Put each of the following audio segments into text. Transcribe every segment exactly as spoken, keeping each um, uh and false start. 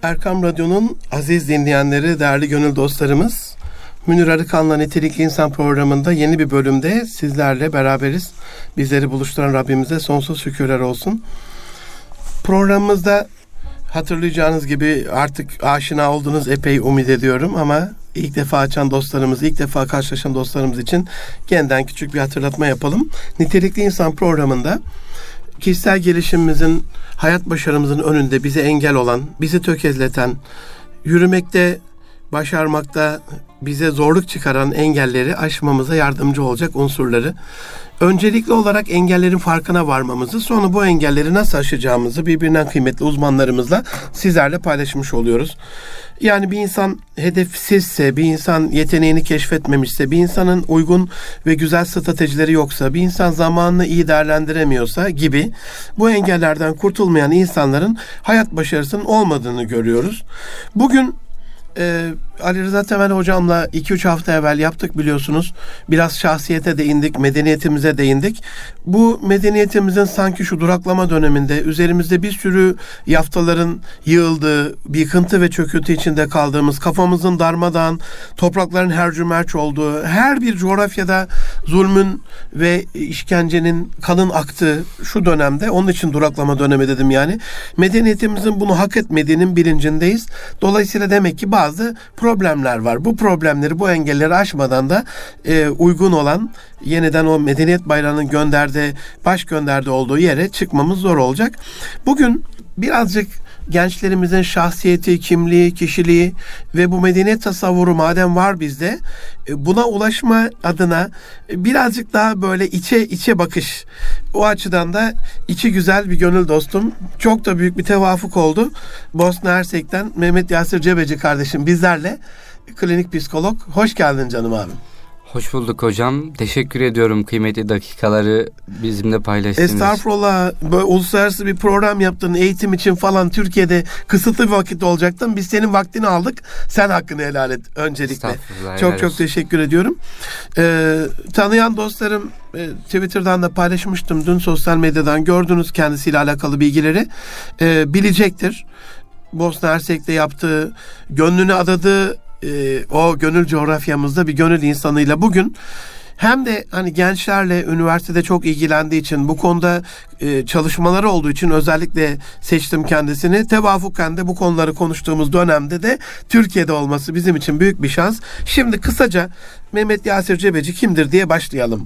Erkam Radyo'nun aziz dinleyenleri, değerli gönül dostlarımız, Münir Arıkan'la Nitelikli İnsan programında yeni bir bölümde sizlerle beraberiz. Bizleri buluşturan Rabbimize sonsuz şükürler olsun. Programımızda hatırlayacağınız gibi artık aşina oldunuz epey umut ediyorum ama ilk defa açan dostlarımız, ilk defa karşılaşan dostlarımız için yeniden küçük bir hatırlatma yapalım. Nitelikli İnsan programında kişisel gelişimimizin, hayat başarımızın önünde bize engel olan, bizi tökezleten, yürümekte, başarmakta bize zorluk çıkaran engelleri aşmamıza yardımcı olacak unsurları, öncelikli olarak engellerin farkına varmamızı, sonra bu engelleri nasıl aşacağımızı birbirinden kıymetli uzmanlarımızla sizlerle paylaşmış oluyoruz. Yani bir insan hedefsizse, bir insan yeteneğini keşfetmemişse, bir insanın uygun ve güzel stratejileri yoksa, bir insan zamanını iyi değerlendiremiyorsa gibi bu engellerden kurtulmayan insanların hayat başarısının olmadığını görüyoruz. Bugün Ee, Ali Rıza Temel hocamla iki üç hafta evvel yaptık biliyorsunuz. Biraz şahsiyete değindik, medeniyetimize değindik. Bu medeniyetimizin sanki şu duraklama döneminde üzerimizde bir sürü yaftaların yığıldığı, bir yıkıntı ve çöküntü içinde kaldığımız, kafamızın darmadağın, toprakların hercümerç olduğu, her bir coğrafyada zulmün ve işkencenin kanın aktığı şu dönemde, onun için duraklama dönemi dedim yani. Medeniyetimizin bunu hak etmediğinin bilincindeyiz. Dolayısıyla demek ki bazı problemler var. Bu problemleri, bu engelleri aşmadan da e, uygun olan, yeniden o medeniyet bayrağının gönderdiği, baş gönderdiği olduğu yere çıkmamız zor olacak. Bugün birazcık gençlerimizin şahsiyeti, kimliği, kişiliği ve bu medeniyet tasavvuru madem var bizde, buna ulaşma adına birazcık daha böyle içe içe bakış. O açıdan da içi güzel bir gönül dostum. Çok da büyük bir tevafuk oldu. Bosna Hersek'ten Mehmet Yasir Cebeci kardeşim bizlerle, klinik psikolog. Hoş geldin canım abim. Hoş bulduk hocam. Teşekkür ediyorum kıymetli dakikaları bizimle paylaştığınız. Estağfurullah. Böyle uluslararası bir program yaptın eğitim için falan, Türkiye'de kısıtlı bir vakit olacaktın. Biz senin vaktini aldık. Sen hakkını helal et öncelikle. Çok çok teşekkür ediyorum. Ee, tanıyan dostlarım, e, Twitter'dan da paylaşmıştım. Dün sosyal medyadan gördünüz kendisiyle alakalı bilgileri. Ee, bilecektir. Bosna Hersek'te yaptığı, gönlünü adadığı Ee, o gönül coğrafyamızda bir gönül insanıyla bugün hem de hani gençlerle üniversitede çok ilgilendiği için, bu konuda e, çalışmaları olduğu için özellikle seçtim kendisini. Tevafuken de bu konuları konuştuğumuz dönemde de Türkiye'de olması bizim için büyük bir şans. Şimdi kısaca Mehmet Yasir Cebeci kimdir diye başlayalım.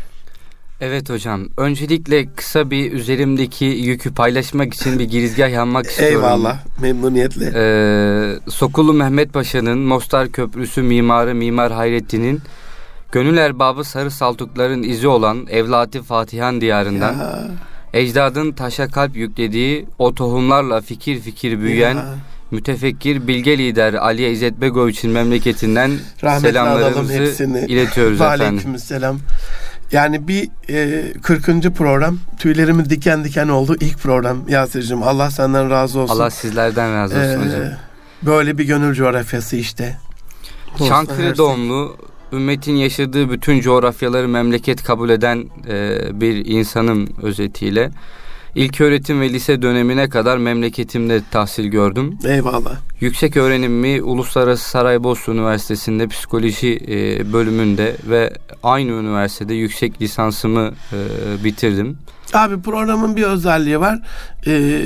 Evet hocam. Öncelikle kısa bir üzerimdeki yükü paylaşmak için bir girizgah yapmak istiyorum. Eyvallah. Memnuniyetle. Ee, Sokulu Mehmet Paşa'nın Mostar Köprüsü mimarı Mimar Hayrettin'in gönül erbabı Sarı Saltukların izi olan Evlati Fatihan diyarından ya, ecdadın taşa kalp yüklediği o tohumlarla fikir fikir büyüyen ya, mütefekkir bilge lider Ali İzzet Begoviç'in memleketinden rahmetli selamlarımızı iletiyoruz efendim. Aleykümselam. Yani bir e, kırkıncı program, tüylerimin diken diken oldu. İlk program Yasir'cim, Allah senden razı olsun. Allah sizlerden razı olsun ee, hocam. Böyle bir gönül coğrafyası işte. Çankırı doğumlu, ümmetin yaşadığı bütün coğrafyaları memleket kabul eden e, bir insanım özetiyle. İlköğretim ve lise dönemine kadar memleketimde tahsil gördüm. Eyvallah. Yüksek öğrenimimi Uluslararası Saraybosna Üniversitesi'nde psikoloji e, bölümünde ve aynı üniversitede yüksek lisansımı e, bitirdim. Abi programın bir özelliği var. Ee,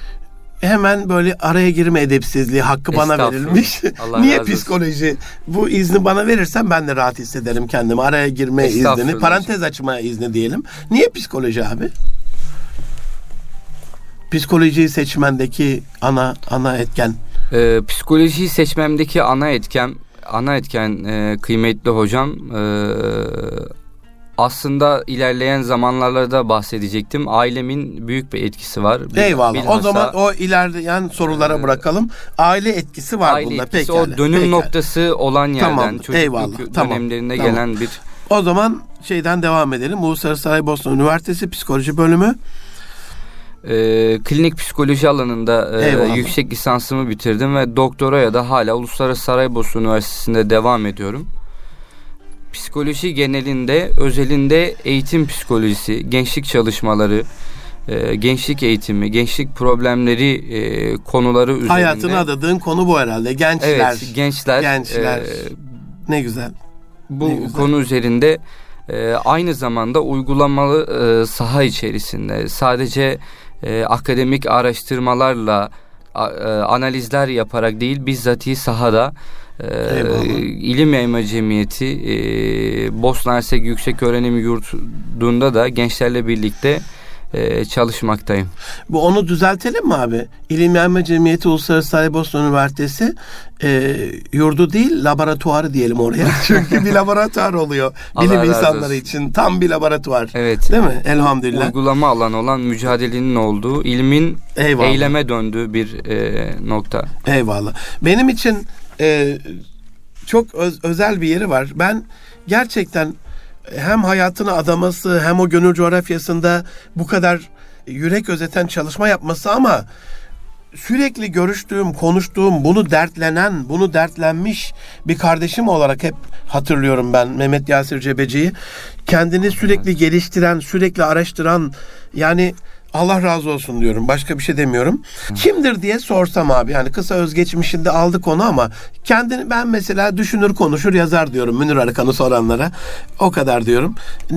hemen böyle araya girme edepsizliği hakkı bana verilmiş. Niye psikoloji? Bu izni bana verirsen ben de rahat hissederim kendimi. Araya girme iznini, parantez açma izni diyelim. Niye psikoloji abi? Psikolojiyi seçmendeki ana ana etken. Ee, psikolojiyi seçmemdeki ana etken, ana etken e, kıymetli hocam. E, aslında ilerleyen zamanlarda bahsedecektim. Ailemin büyük bir etkisi var. Bir, Eyvallah. bilhassa, o zaman o ilerleyen sorulara e, bırakalım. Aile etkisi var aile bunda. Etkisi, pekala. o dönüm pekala. noktası olan yerden, tamam, çocukluk eyvallah, dönemlerine tamam, gelen bir. O zaman şeyden devam edelim. Uluslararası Saraybosna Üniversitesi Psikoloji Bölümü. E, klinik psikoloji alanında e, yüksek lisansımı bitirdim ve doktoraya da hala Uluslararası Saraybosna Üniversitesi'nde devam ediyorum. Psikoloji genelinde, özelinde eğitim psikolojisi, gençlik çalışmaları e, gençlik eğitimi, gençlik problemleri e, konuları üzerinde. Hayatını adadığın konu bu herhalde. Gençler. Evet, gençler. Gençler. E, ne güzel. Bu ne güzel. konu üzerinde e, aynı zamanda uygulamalı e, saha içerisinde sadece e, akademik araştırmalarla a, e, analizler yaparak değil, bizzatihi sahada e, İlim Yayma Cemiyeti e, Bosna Hersek Yükseköğrenim Yurdu'nda da gençlerle birlikte e, çalışmaktayım. Bu onu düzeltelim mi abi? İlim Yayma Cemiyeti Uluslararası Saraybosna Üniversitesi e, yurdu değil, laboratuvarı diyelim oraya. Çünkü bir laboratuvar oluyor. Bilim insanları için tam bir laboratuvar. Evet. Değil mi? Elhamdülillah. Uygulama alanı olan mücadelenin olduğu, ilmin Eyvallah. eyleme döndüğü bir e, nokta. Eyvallah. Benim için e, çok öz, özel bir yeri var. Ben gerçekten hem hayatını adaması hem o gönül coğrafyasında bu kadar yürek özeten çalışma yapması ama sürekli görüştüğüm, konuştuğum, bunu dertlenen, bunu dertlenmiş bir kardeşim olarak hep hatırlıyorum ben Mehmet Yasir Cebeci'yi. Kendini sürekli geliştiren, sürekli araştıran, yani Allah razı olsun diyorum. Başka bir şey demiyorum. Hı. Kimdir diye sorsam abi, yani kısa özgeçmişinde aldık onu ama kendini ben mesela düşünür, konuşur, yazar diyorum Münir Arıkan'ı soranlara. O kadar diyorum.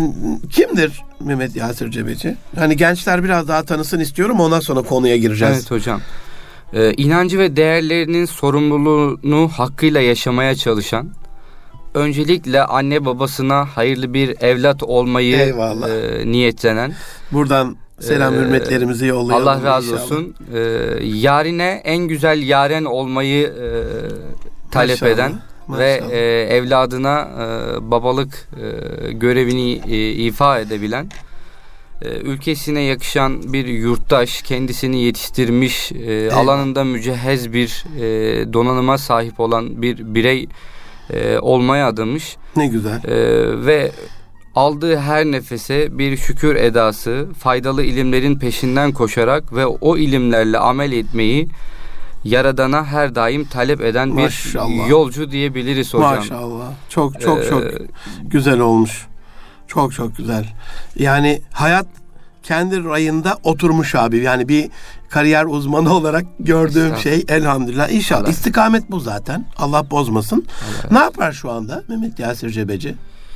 Kimdir Mehmet Yasir Cebeci? Hani gençler biraz daha tanısın istiyorum, ondan sonra konuya gireceğiz. Evet hocam. Ee, inancı ve değerlerinin sorumluluğunu hakkıyla yaşamaya çalışan, öncelikle anne babasına hayırlı bir evlat olmayı e, niyetlenen. Buradan selam hürmetlerimizi yollayalım. Allah razı inşallah. olsun. Ee, yarine en güzel yaren olmayı e, talep maşallah, eden maşallah. ve e, evladına e, babalık e, görevini e, ifa edebilen, e, ülkesine yakışan bir yurttaş, kendisini yetiştirmiş, e, alanında mücehhez bir e, donanıma sahip olan bir birey e, olmaya adamış. Ne güzel. E, ve aldığı her nefese bir şükür edası, faydalı ilimlerin peşinden koşarak ve o ilimlerle amel etmeyi Yaradan'a her daim talep eden bir maşallah. yolcu diyebiliriz hocam. Maşallah. Çok çok ee, çok güzel olmuş. Çok çok güzel. Yani hayat kendi rayında oturmuş abi. Yani bir kariyer uzmanı olarak gördüğüm şey elhamdülillah. İnşallah. Allah. İstikamet bu zaten. Allah bozmasın. Allah. Ne yapar şu anda Mehmet Yasir Cebeci?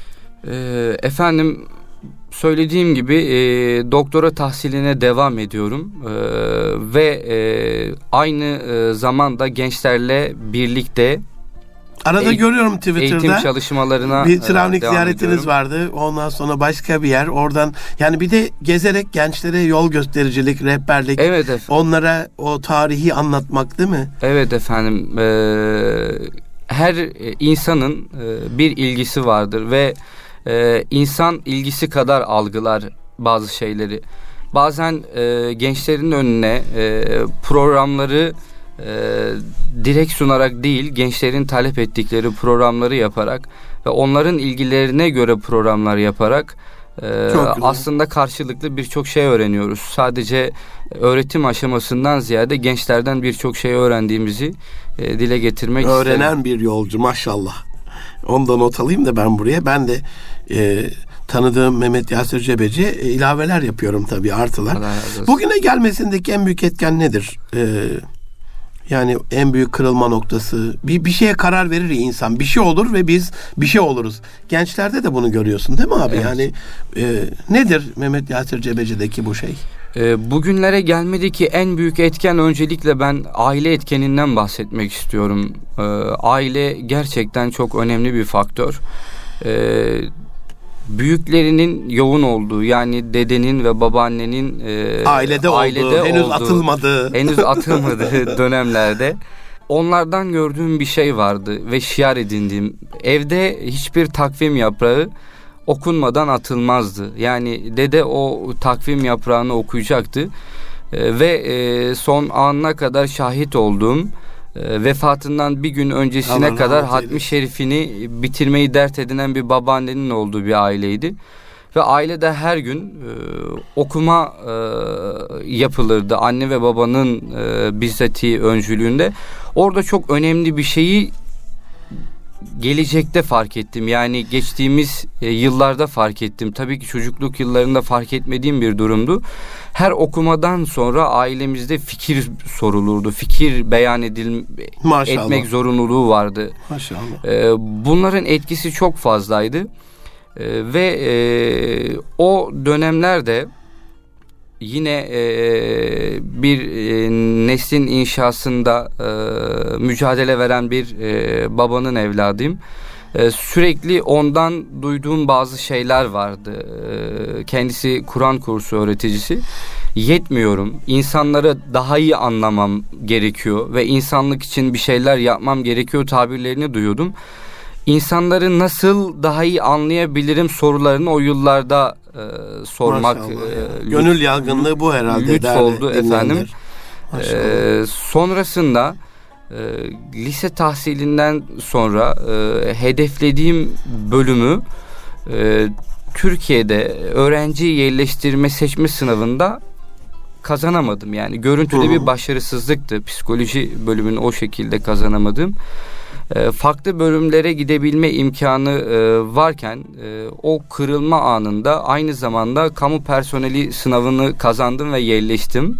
Ee, efendim söylediğim gibi e, doktora tahsiline devam ediyorum e, ve e, aynı e, zamanda gençlerle birlikte arada e- görüyorum Twitter'da eğitim çalışmalarına bir Travnik e, ziyaretiniz ediyorum. vardı, ondan sonra başka bir yer, oradan yani bir de gezerek gençlere yol göstericilik, rehberlik, evet efendim. Onlara o tarihi anlatmak değil mi? Evet efendim. E, her insanın e, bir ilgisi vardır ve Ee, insan ilgisi kadar algılar bazı şeyleri. Bazen e, gençlerin önüne e, programları e, direkt sunarak değil, gençlerin talep ettikleri programları yaparak ve onların ilgilerine göre programlar yaparak e, aslında karşılıklı birçok şey öğreniyoruz. Sadece öğretim aşamasından ziyade gençlerden birçok şey öğrendiğimizi e, dile getirmek Öğrenen isterim. Öğrenen bir yolcu maşallah. Ondan not alayım da ben buraya. Ben de e, tanıdığım Mehmet Yasir Cebeci e, ilaveler yapıyorum tabii, artılar. Bugüne gelmesindeki en büyük etken nedir? E, yani en büyük kırılma noktası. Bir, bir şeye karar verir ya insan. Bir şey olur ve biz bir şey oluruz. Gençlerde de bunu görüyorsun değil mi abi? Evet. Yani e, nedir Mehmet Yasir Cebeci'deki bu şey? E, bugünlere gelmedeki en büyük etken, öncelikle ben aile etkeninden bahsetmek istiyorum. E, aile gerçekten çok önemli bir faktör. E, büyüklerinin yoğun olduğu, yani dedenin ve babaannenin e, ailede, ailede olduğu, henüz olduğu, atılmadığı henüz atılmadığı dönemlerde onlardan gördüğüm bir şey vardı ve şiar edindiğim. Evde hiçbir takvim yaprağı okunmadan atılmazdı. Yani dede o takvim yaprağını okuyacaktı e, ve e, son anına kadar şahit olduğum, e, vefatından bir gün öncesine Allah kadar hatmi şerifini bitirmeyi dert edinen bir babaannenin olduğu bir aileydi. Ve ailede her gün e, okuma e, yapılırdı. Anne ve babanın e, bizzati öncülüğünde. Orada çok önemli bir şeyi gelecekte fark ettim. Yani geçtiğimiz e, yıllarda fark ettim. Tabii ki çocukluk yıllarında fark etmediğim bir durumdu. Her okumadan sonra ailemizde fikir sorulurdu. Fikir beyan edil Maşallah. etmek zorunluluğu vardı. Maşallah. E, bunların etkisi çok fazlaydı. E, ve e, o dönemlerde yine e, bir e, neslin inşasında e, mücadele veren bir e, babanın evladıyım. E, sürekli ondan duyduğum bazı şeyler vardı. E, kendisi Kur'an kursu öğreticisi. Yetmiyorum. İnsanları daha iyi anlamam gerekiyor ve insanlık için bir şeyler yapmam gerekiyor tabirlerini duyuyordum. İnsanları nasıl daha iyi anlayabilirim sorularını o yıllarda e, sormak. E, Gönül yangınlığı bu herhalde. Lütfoldu efendim. E, sonrasında e, lise tahsilinden sonra e, hedeflediğim bölümü e, Türkiye'de öğrenci yerleştirme seçme sınavında kazanamadım. Yani görüntüde bir başarısızlıktı. Psikoloji bölümünü o şekilde kazanamadım. E, farklı bölümlere gidebilme imkanı e, varken e, o kırılma anında aynı zamanda kamu personeli sınavını kazandım ve yerleştim.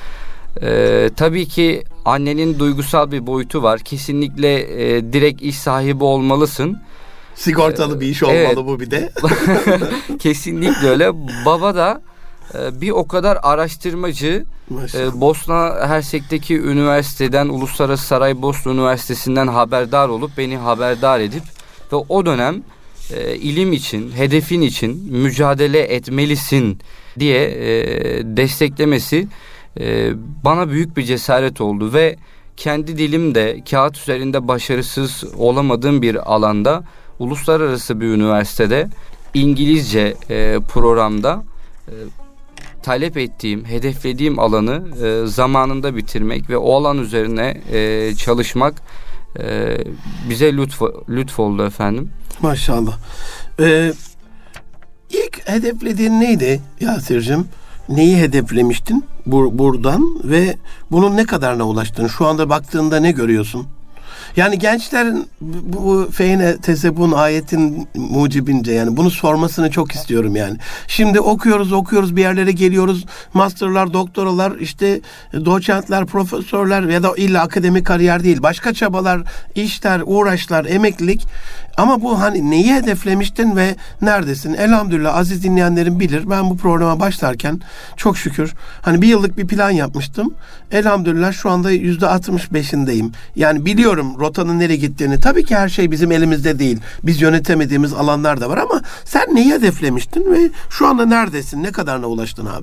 E, tabii ki annenin duygusal bir boyutu var. Kesinlikle e, direkt iş sahibi olmalısın. Sigortalı e, bir iş olmalı evet. Bu bir de. Kesinlikle öyle. Baba da bir o kadar araştırmacı. Maşallah. Bosna Hersek'teki üniversiteden, Uluslararası Saraybosna Üniversitesi'nden haberdar olup beni haberdar edip ve o dönem e, ilim için, hedefin için mücadele etmelisin diye e, desteklemesi e, bana büyük bir cesaret oldu ve kendi dilimde kağıt üzerinde başarısız olamadığım bir alanda uluslararası bir üniversitede İngilizce e, programda e, talep ettiğim, hedeflediğim alanı e, zamanında bitirmek ve o alan üzerine e, çalışmak e, bize lütfo, lütfoldu efendim. Maşallah. Ee, ilk hedeflediğin neydi Yasir'cim? Neyi hedeflemiştin bur- buradan ve bunun ne kadarına ulaştın? Şu anda baktığında ne görüyorsun? Yani gençlerin bu feyne tesebun ayetin mucibince yani bunu sormasını çok istiyorum yani. Şimdi okuyoruz okuyoruz bir yerlere geliyoruz. Masterlar, doktoralar, işte doçentler, profesörler ya da illa akademik kariyer değil. Başka çabalar, işler, uğraşlar, emeklilik. Ama bu hani neyi hedeflemiştin ve neredesin? Elhamdülillah aziz dinleyenlerim bilir. Ben bu programa başlarken çok şükür hani bir yıllık bir plan yapmıştım. Elhamdülillah şu anda yüzde altmış beşindeyim. Yani biliyorum rotanın nereye gittiğini. Tabii ki her şey bizim elimizde değil. Biz yönetemediğimiz alanlar da var ama sen neyi hedeflemiştin ve şu anda neredesin? Ne kadarına ulaştın abi?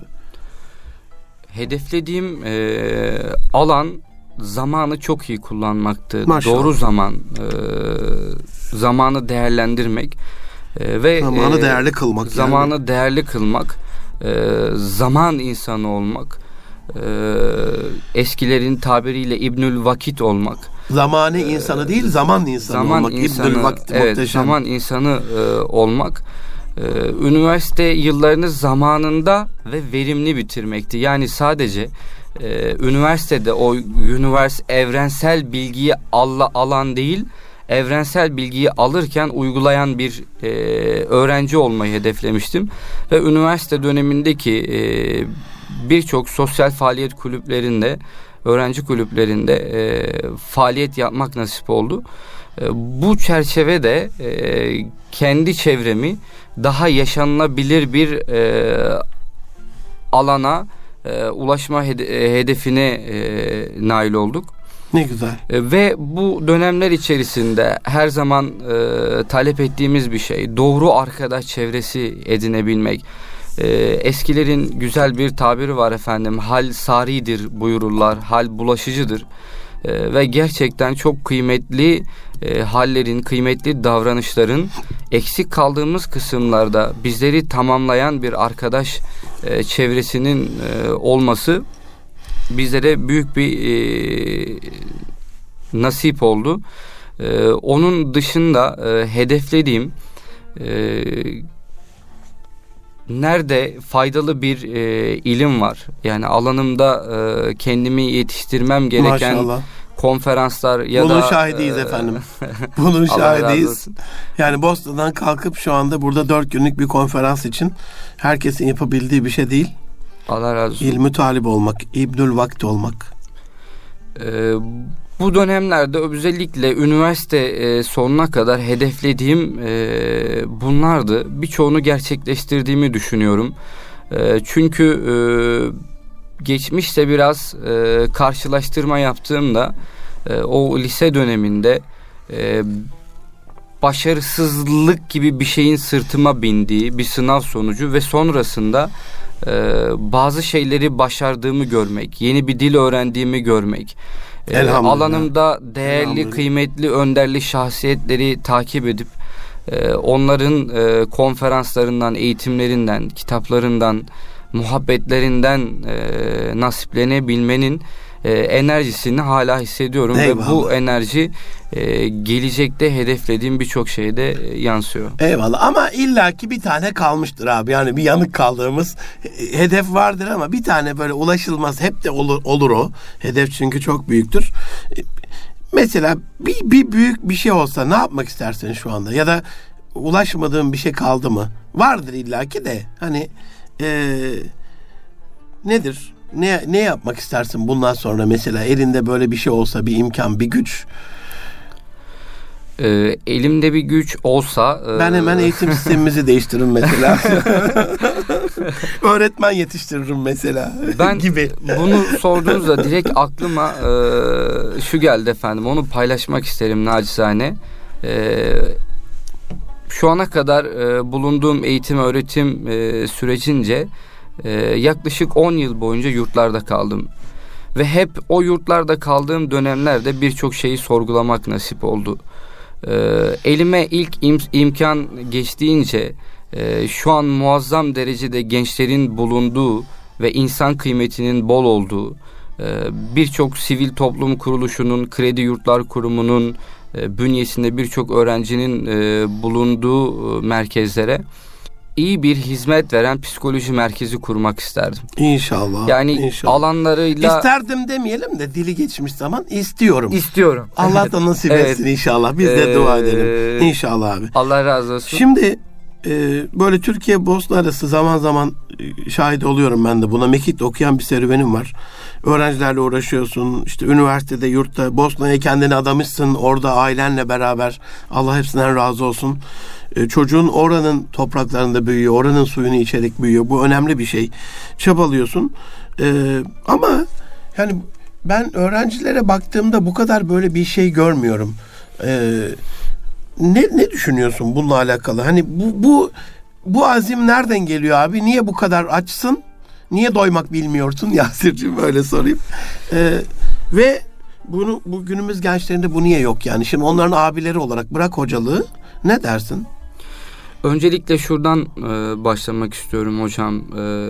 Hedeflediğim e, alan zamanı çok iyi kullanmaktı. Maşallah. Doğru zaman, e, zamanı değerlendirmek e, ve zamanı e, değerli kılmak. Zamanı yani. değerli kılmak, e, zaman insanı olmak, e, eskilerin tabiriyle İbnül Vakit olmak. Zamanı insanı değil, zaman insanı zaman olmak. Insanı, İbnül Vakit evet, muhteşem. Zaman insanı e, olmak. Ee, üniversite yıllarını zamanında ve verimli bitirmekti. Yani sadece e, üniversitede o univers evrensel bilgiyi alla, alan değil, evrensel bilgiyi alırken uygulayan bir e, öğrenci olmayı hedeflemiştim. Ve üniversite dönemindeki e, birçok sosyal faaliyet kulüplerinde, öğrenci kulüplerinde e, faaliyet yapmak nasip oldu. E, bu çerçevede e, kendi çevremi daha yaşanılabilir bir e, alana e, ulaşma hede- hedefine e, nail olduk. Ne güzel. E, ve bu dönemler içerisinde her zaman e, talep ettiğimiz bir şey doğru arkadaş çevresi edinebilmek. E, eskilerin güzel bir tabiri var efendim. Hal saridir buyururlar. Hal bulaşıcıdır. E, ve gerçekten çok kıymetli e, hallerin, kıymetli davranışların eksik kaldığımız kısımlarda bizleri tamamlayan bir arkadaş e, çevresinin e, olması bizlere büyük bir e, nasip oldu. E, onun dışında e, hedeflediğim e, nerede faydalı bir e, ilim var. Yani alanımda e, kendimi yetiştirmem gereken Maşallah. konferanslar ya Bunun da... Bunun şahidiyiz e, efendim. Bunun şahidiyiz. Yani Bosna'dan kalkıp şu anda burada dört günlük bir konferans için herkesin yapabildiği bir şey değil. Allah razı olsun. İlmü talip olmak, İbnül Vakti olmak. Ee, bu dönemlerde özellikle üniversite e, sonuna kadar hedeflediğim e, bunlardı. Birçoğunu gerçekleştirdiğimi düşünüyorum. E, çünkü e, geçmişte biraz e, karşılaştırma yaptığımda e, o lise döneminde e, başarısızlık gibi bir şeyin sırtıma bindiği bir sınav sonucu ve sonrasında e, bazı şeyleri başardığımı görmek, yeni bir dil öğrendiğimi görmek, e, alanımda değerli, kıymetli, önderli şahsiyetleri takip edip e, onların e, konferanslarından, eğitimlerinden, kitaplarından, muhabbetlerinden e, nasiplenebilmenin e, enerjisini hala hissediyorum. Eyvallah. Ve bu enerji e, gelecekte hedeflediğim birçok şeyde e, yansıyor. Eyvallah, ama illaki bir tane kalmıştır abi. Yani bir yanık kaldığımız hedef vardır ama bir tane böyle ulaşılmaz hep de olur, olur o. Hedef çünkü çok büyüktür. Mesela bir, bir büyük bir şey olsa ne yapmak istersin şu anda? Ya da ulaşmadığın bir şey kaldı mı? Vardır illaki de. Hani Ee, nedir? Ne ne yapmak istersin bundan sonra, mesela elinde böyle bir şey olsa, bir imkan, bir güç? Ee, elimde bir güç olsa e... ben hemen eğitim sistemimizi değiştiririm mesela. Öğretmen yetiştiririm mesela. Ben gibi. Bunu sorduğunuzda direkt aklıma e, şu geldi efendim. Onu paylaşmak isterim nacizane. E, Şu ana kadar e, bulunduğum eğitim öğretim e, sürecince e, yaklaşık on yıl boyunca yurtlarda kaldım. Ve hep o yurtlarda kaldığım dönemlerde birçok şeyi sorgulamak nasip oldu. E, elime ilk im- imkan geçtiğince e, şu an muazzam derecede gençlerin bulunduğu ve insan kıymetinin bol olduğu, e, birçok sivil toplum kuruluşunun, Kredi Yurtlar Kurumu'nun bünyesinde birçok öğrencinin e, bulunduğu merkezlere iyi bir hizmet veren psikoloji merkezi kurmak isterdim. İnşallah. Yani inşallah. Alanlarıyla... İsterdim demeyelim de dili geçmiş zaman istiyorum. İstiyorum. Allah da nasip evet. etsin inşallah. Biz de ee, dua edelim. İnşallah abi. Allah razı olsun. Şimdi e, böyle Türkiye Bosna arası zaman zaman e, şahit oluyorum ben de buna. Mekik'te okuyan bir serüvenim var. Öğrencilerle uğraşıyorsun. İşte üniversitede, yurtta, Bosna'ya kendini adamışsın. Orada ailenle beraber. Allah hepsinden razı olsun. Ee, çocuğun oranın topraklarında büyüyor. Oranın suyunu içerek büyüyor. Bu önemli bir şey. Çabalıyorsun. Ee, ama yani ben öğrencilere baktığımda bu kadar böyle bir şey görmüyorum. Ee, ne ne düşünüyorsun bununla alakalı? Hani bu bu bu azim nereden geliyor abi? Niye bu kadar açsın? Niye doymak bilmiyorsun Yasir'cim, öyle sorayım. Ee, ve bunu bu günümüz gençlerinde bu niye yok yani? Şimdi onların abileri olarak bırak hocalığı, ne dersin? Öncelikle şuradan e, başlamak istiyorum hocam. E,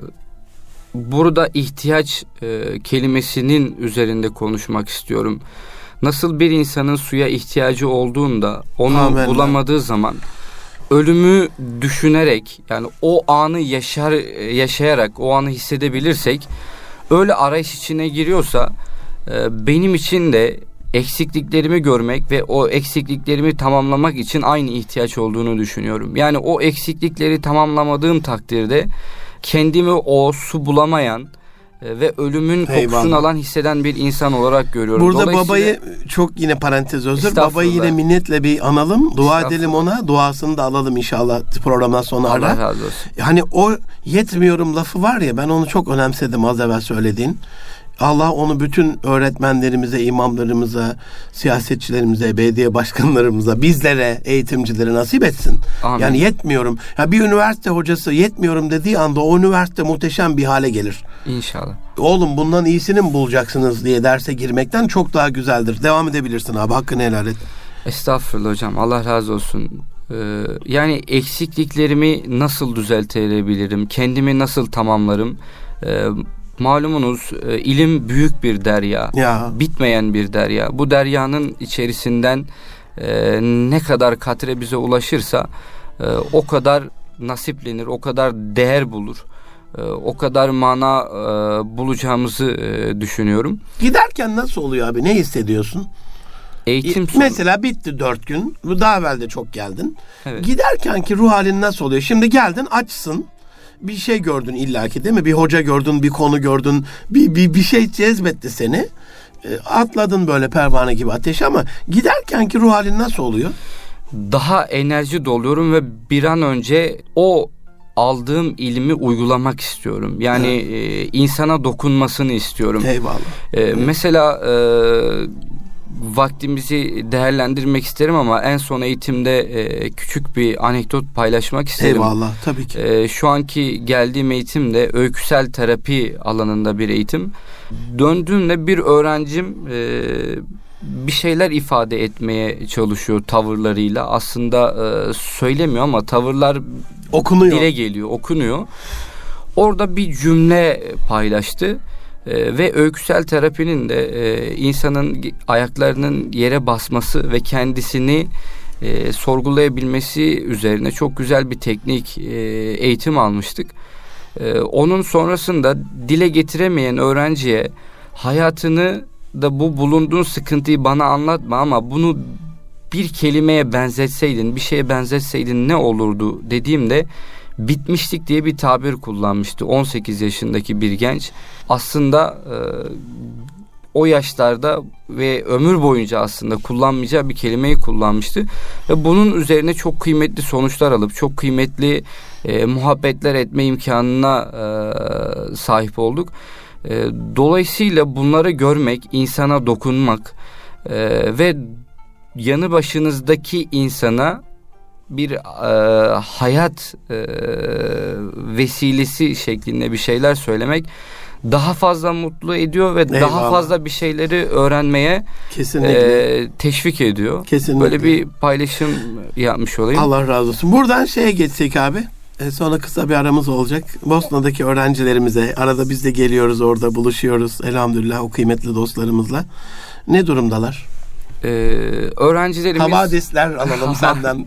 burada ihtiyaç e, kelimesinin üzerinde konuşmak istiyorum. Nasıl bir insanın suya ihtiyacı olduğunda onu Amen. bulamadığı zaman ölümü düşünerek, yani o anı yaşar yaşayarak o anı hissedebilirsek, öyle arayış içine giriyorsa e, benim için de eksikliklerimi görmek ve o eksikliklerimi tamamlamak için aynı ihtiyaç olduğunu düşünüyorum. Yani o eksiklikleri tamamlamadığım takdirde kendimi o su bulamayan ve ölümün kokusunu alan, hisseden bir insan olarak görüyorum. Burada babayı çok, yine parantez özür, babayı yine minnetle bir analım, dua edelim ona, duasını da alalım inşallah programdan sonra. Allah ara. razı olsun. Hani o yetmiyorum lafı var ya, ben onu çok önemsedim az evvel söylediğin. Allah onu bütün öğretmenlerimize, imamlarımıza, siyasetçilerimize, belediye başkanlarımıza, bizlere, eğitimcilere nasip etsin. Amin. Yani yetmiyorum. Ya bir üniversite hocası yetmiyorum dediği anda o üniversite muhteşem bir hale gelir. İnşallah. Oğlum bundan iyisini mi bulacaksınız diye derse girmekten çok daha güzeldir. Devam edebilirsin abi, hakkını helal et. Estağfurullah hocam, Allah razı olsun. Ee, yani eksikliklerimi nasıl düzeltebilirim? Kendimi nasıl tamamlarım? Ee, Malumunuz ilim büyük bir derya, ya. bitmeyen bir derya. Bu deryanın içerisinden e, ne kadar katre bize ulaşırsa e, o kadar nasiplenir, o kadar değer bulur. e, o kadar mana e, bulacağımızı e, düşünüyorum. Giderken nasıl oluyor abi? Ne hissediyorsun? Eğitim sonu... Mesela bitti dört gün. Daha evvel de çok geldin. Evet. Giderken ki ruh halin nasıl oluyor? Şimdi geldin, açsın. Bir şey gördün illaki, değil mi? Bir hoca gördün, bir konu gördün. Bir, bir, bir şey cezbetti seni. E, atladın böyle pervane gibi ateş, ama giderken ki ruh halin nasıl oluyor? Daha enerji doluyorum ve bir an önce o aldığım ilmi uygulamak istiyorum. Yani e, insana dokunmasını istiyorum. Eyvallah. E, mesela e, vaktimizi değerlendirmek isterim ama en son eğitimde e, küçük bir anekdot paylaşmak isterim. Eyvallah, tabii ki. E, şu anki geldiğim eğitim de öyküsel terapi alanında bir eğitim. Döndüğümde bir öğrencim e, bir şeyler ifade etmeye çalışıyor tavırlarıyla. Aslında e, söylemiyor ama tavırlar okunuyor. Dile geliyor, okunuyor. Orada bir cümle paylaştı. Ee, ve öyküsel terapinin de e, insanın ayaklarının yere basması ve kendisini e, sorgulayabilmesi üzerine çok güzel bir teknik e, eğitim almıştık. E, onun sonrasında dile getiremeyen öğrenciye hayatını da bu bulunduğun sıkıntıyı bana anlatma ama bunu bir kelimeye benzetseydin, bir şeye benzetseydin ne olurdu dediğimde bitmişlik diye bir tabir kullanmıştı. on sekiz yaşındaki bir genç. Aslında e, o yaşlarda ve ömür boyunca aslında kullanmayacağı bir kelimeyi kullanmıştı. Ve bunun üzerine çok kıymetli sonuçlar alıp çok kıymetli e, muhabbetler etme imkanına e, sahip olduk. E, dolayısıyla bunları görmek, insana dokunmak e, ve yanı başınızdaki insana bir e, hayat e, vesilesi şeklinde bir şeyler söylemek daha fazla mutlu ediyor ve Eyvallah. Daha fazla bir şeyleri öğrenmeye e, teşvik ediyor. Kesinlikle. Böyle bir paylaşım yapmış olayım. Allah razı olsun. Buradan şeye geçsek abi. E, sonra kısa bir aramız olacak. Bosna'daki öğrencilerimize, arada biz de geliyoruz, orada buluşuyoruz. Elhamdülillah o kıymetli dostlarımızla. Ne durumdalar? Ee, öğrencilerimiz... Havadisler alalım senden.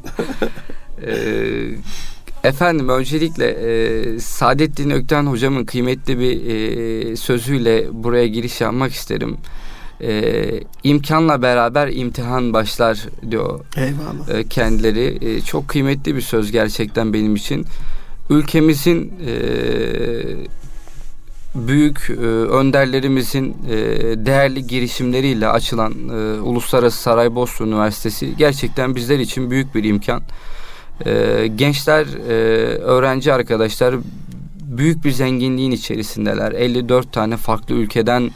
ee, efendim öncelikle e, Saadettin Ökten hocamın kıymetli bir e, sözüyle buraya giriş yapmak isterim. E, imkanla beraber imtihan başlar diyor. Eyvallah. E, kendileri. E, çok kıymetli bir söz gerçekten benim için. Ülkemizin e, büyük e, önderlerimizin e, değerli girişimleriyle açılan e, Uluslararası Saraybosna Üniversitesi gerçekten bizler için büyük bir imkan. E, gençler, e, öğrenci arkadaşlar büyük bir zenginliğin içerisindeler. elli dört tane farklı ülkeden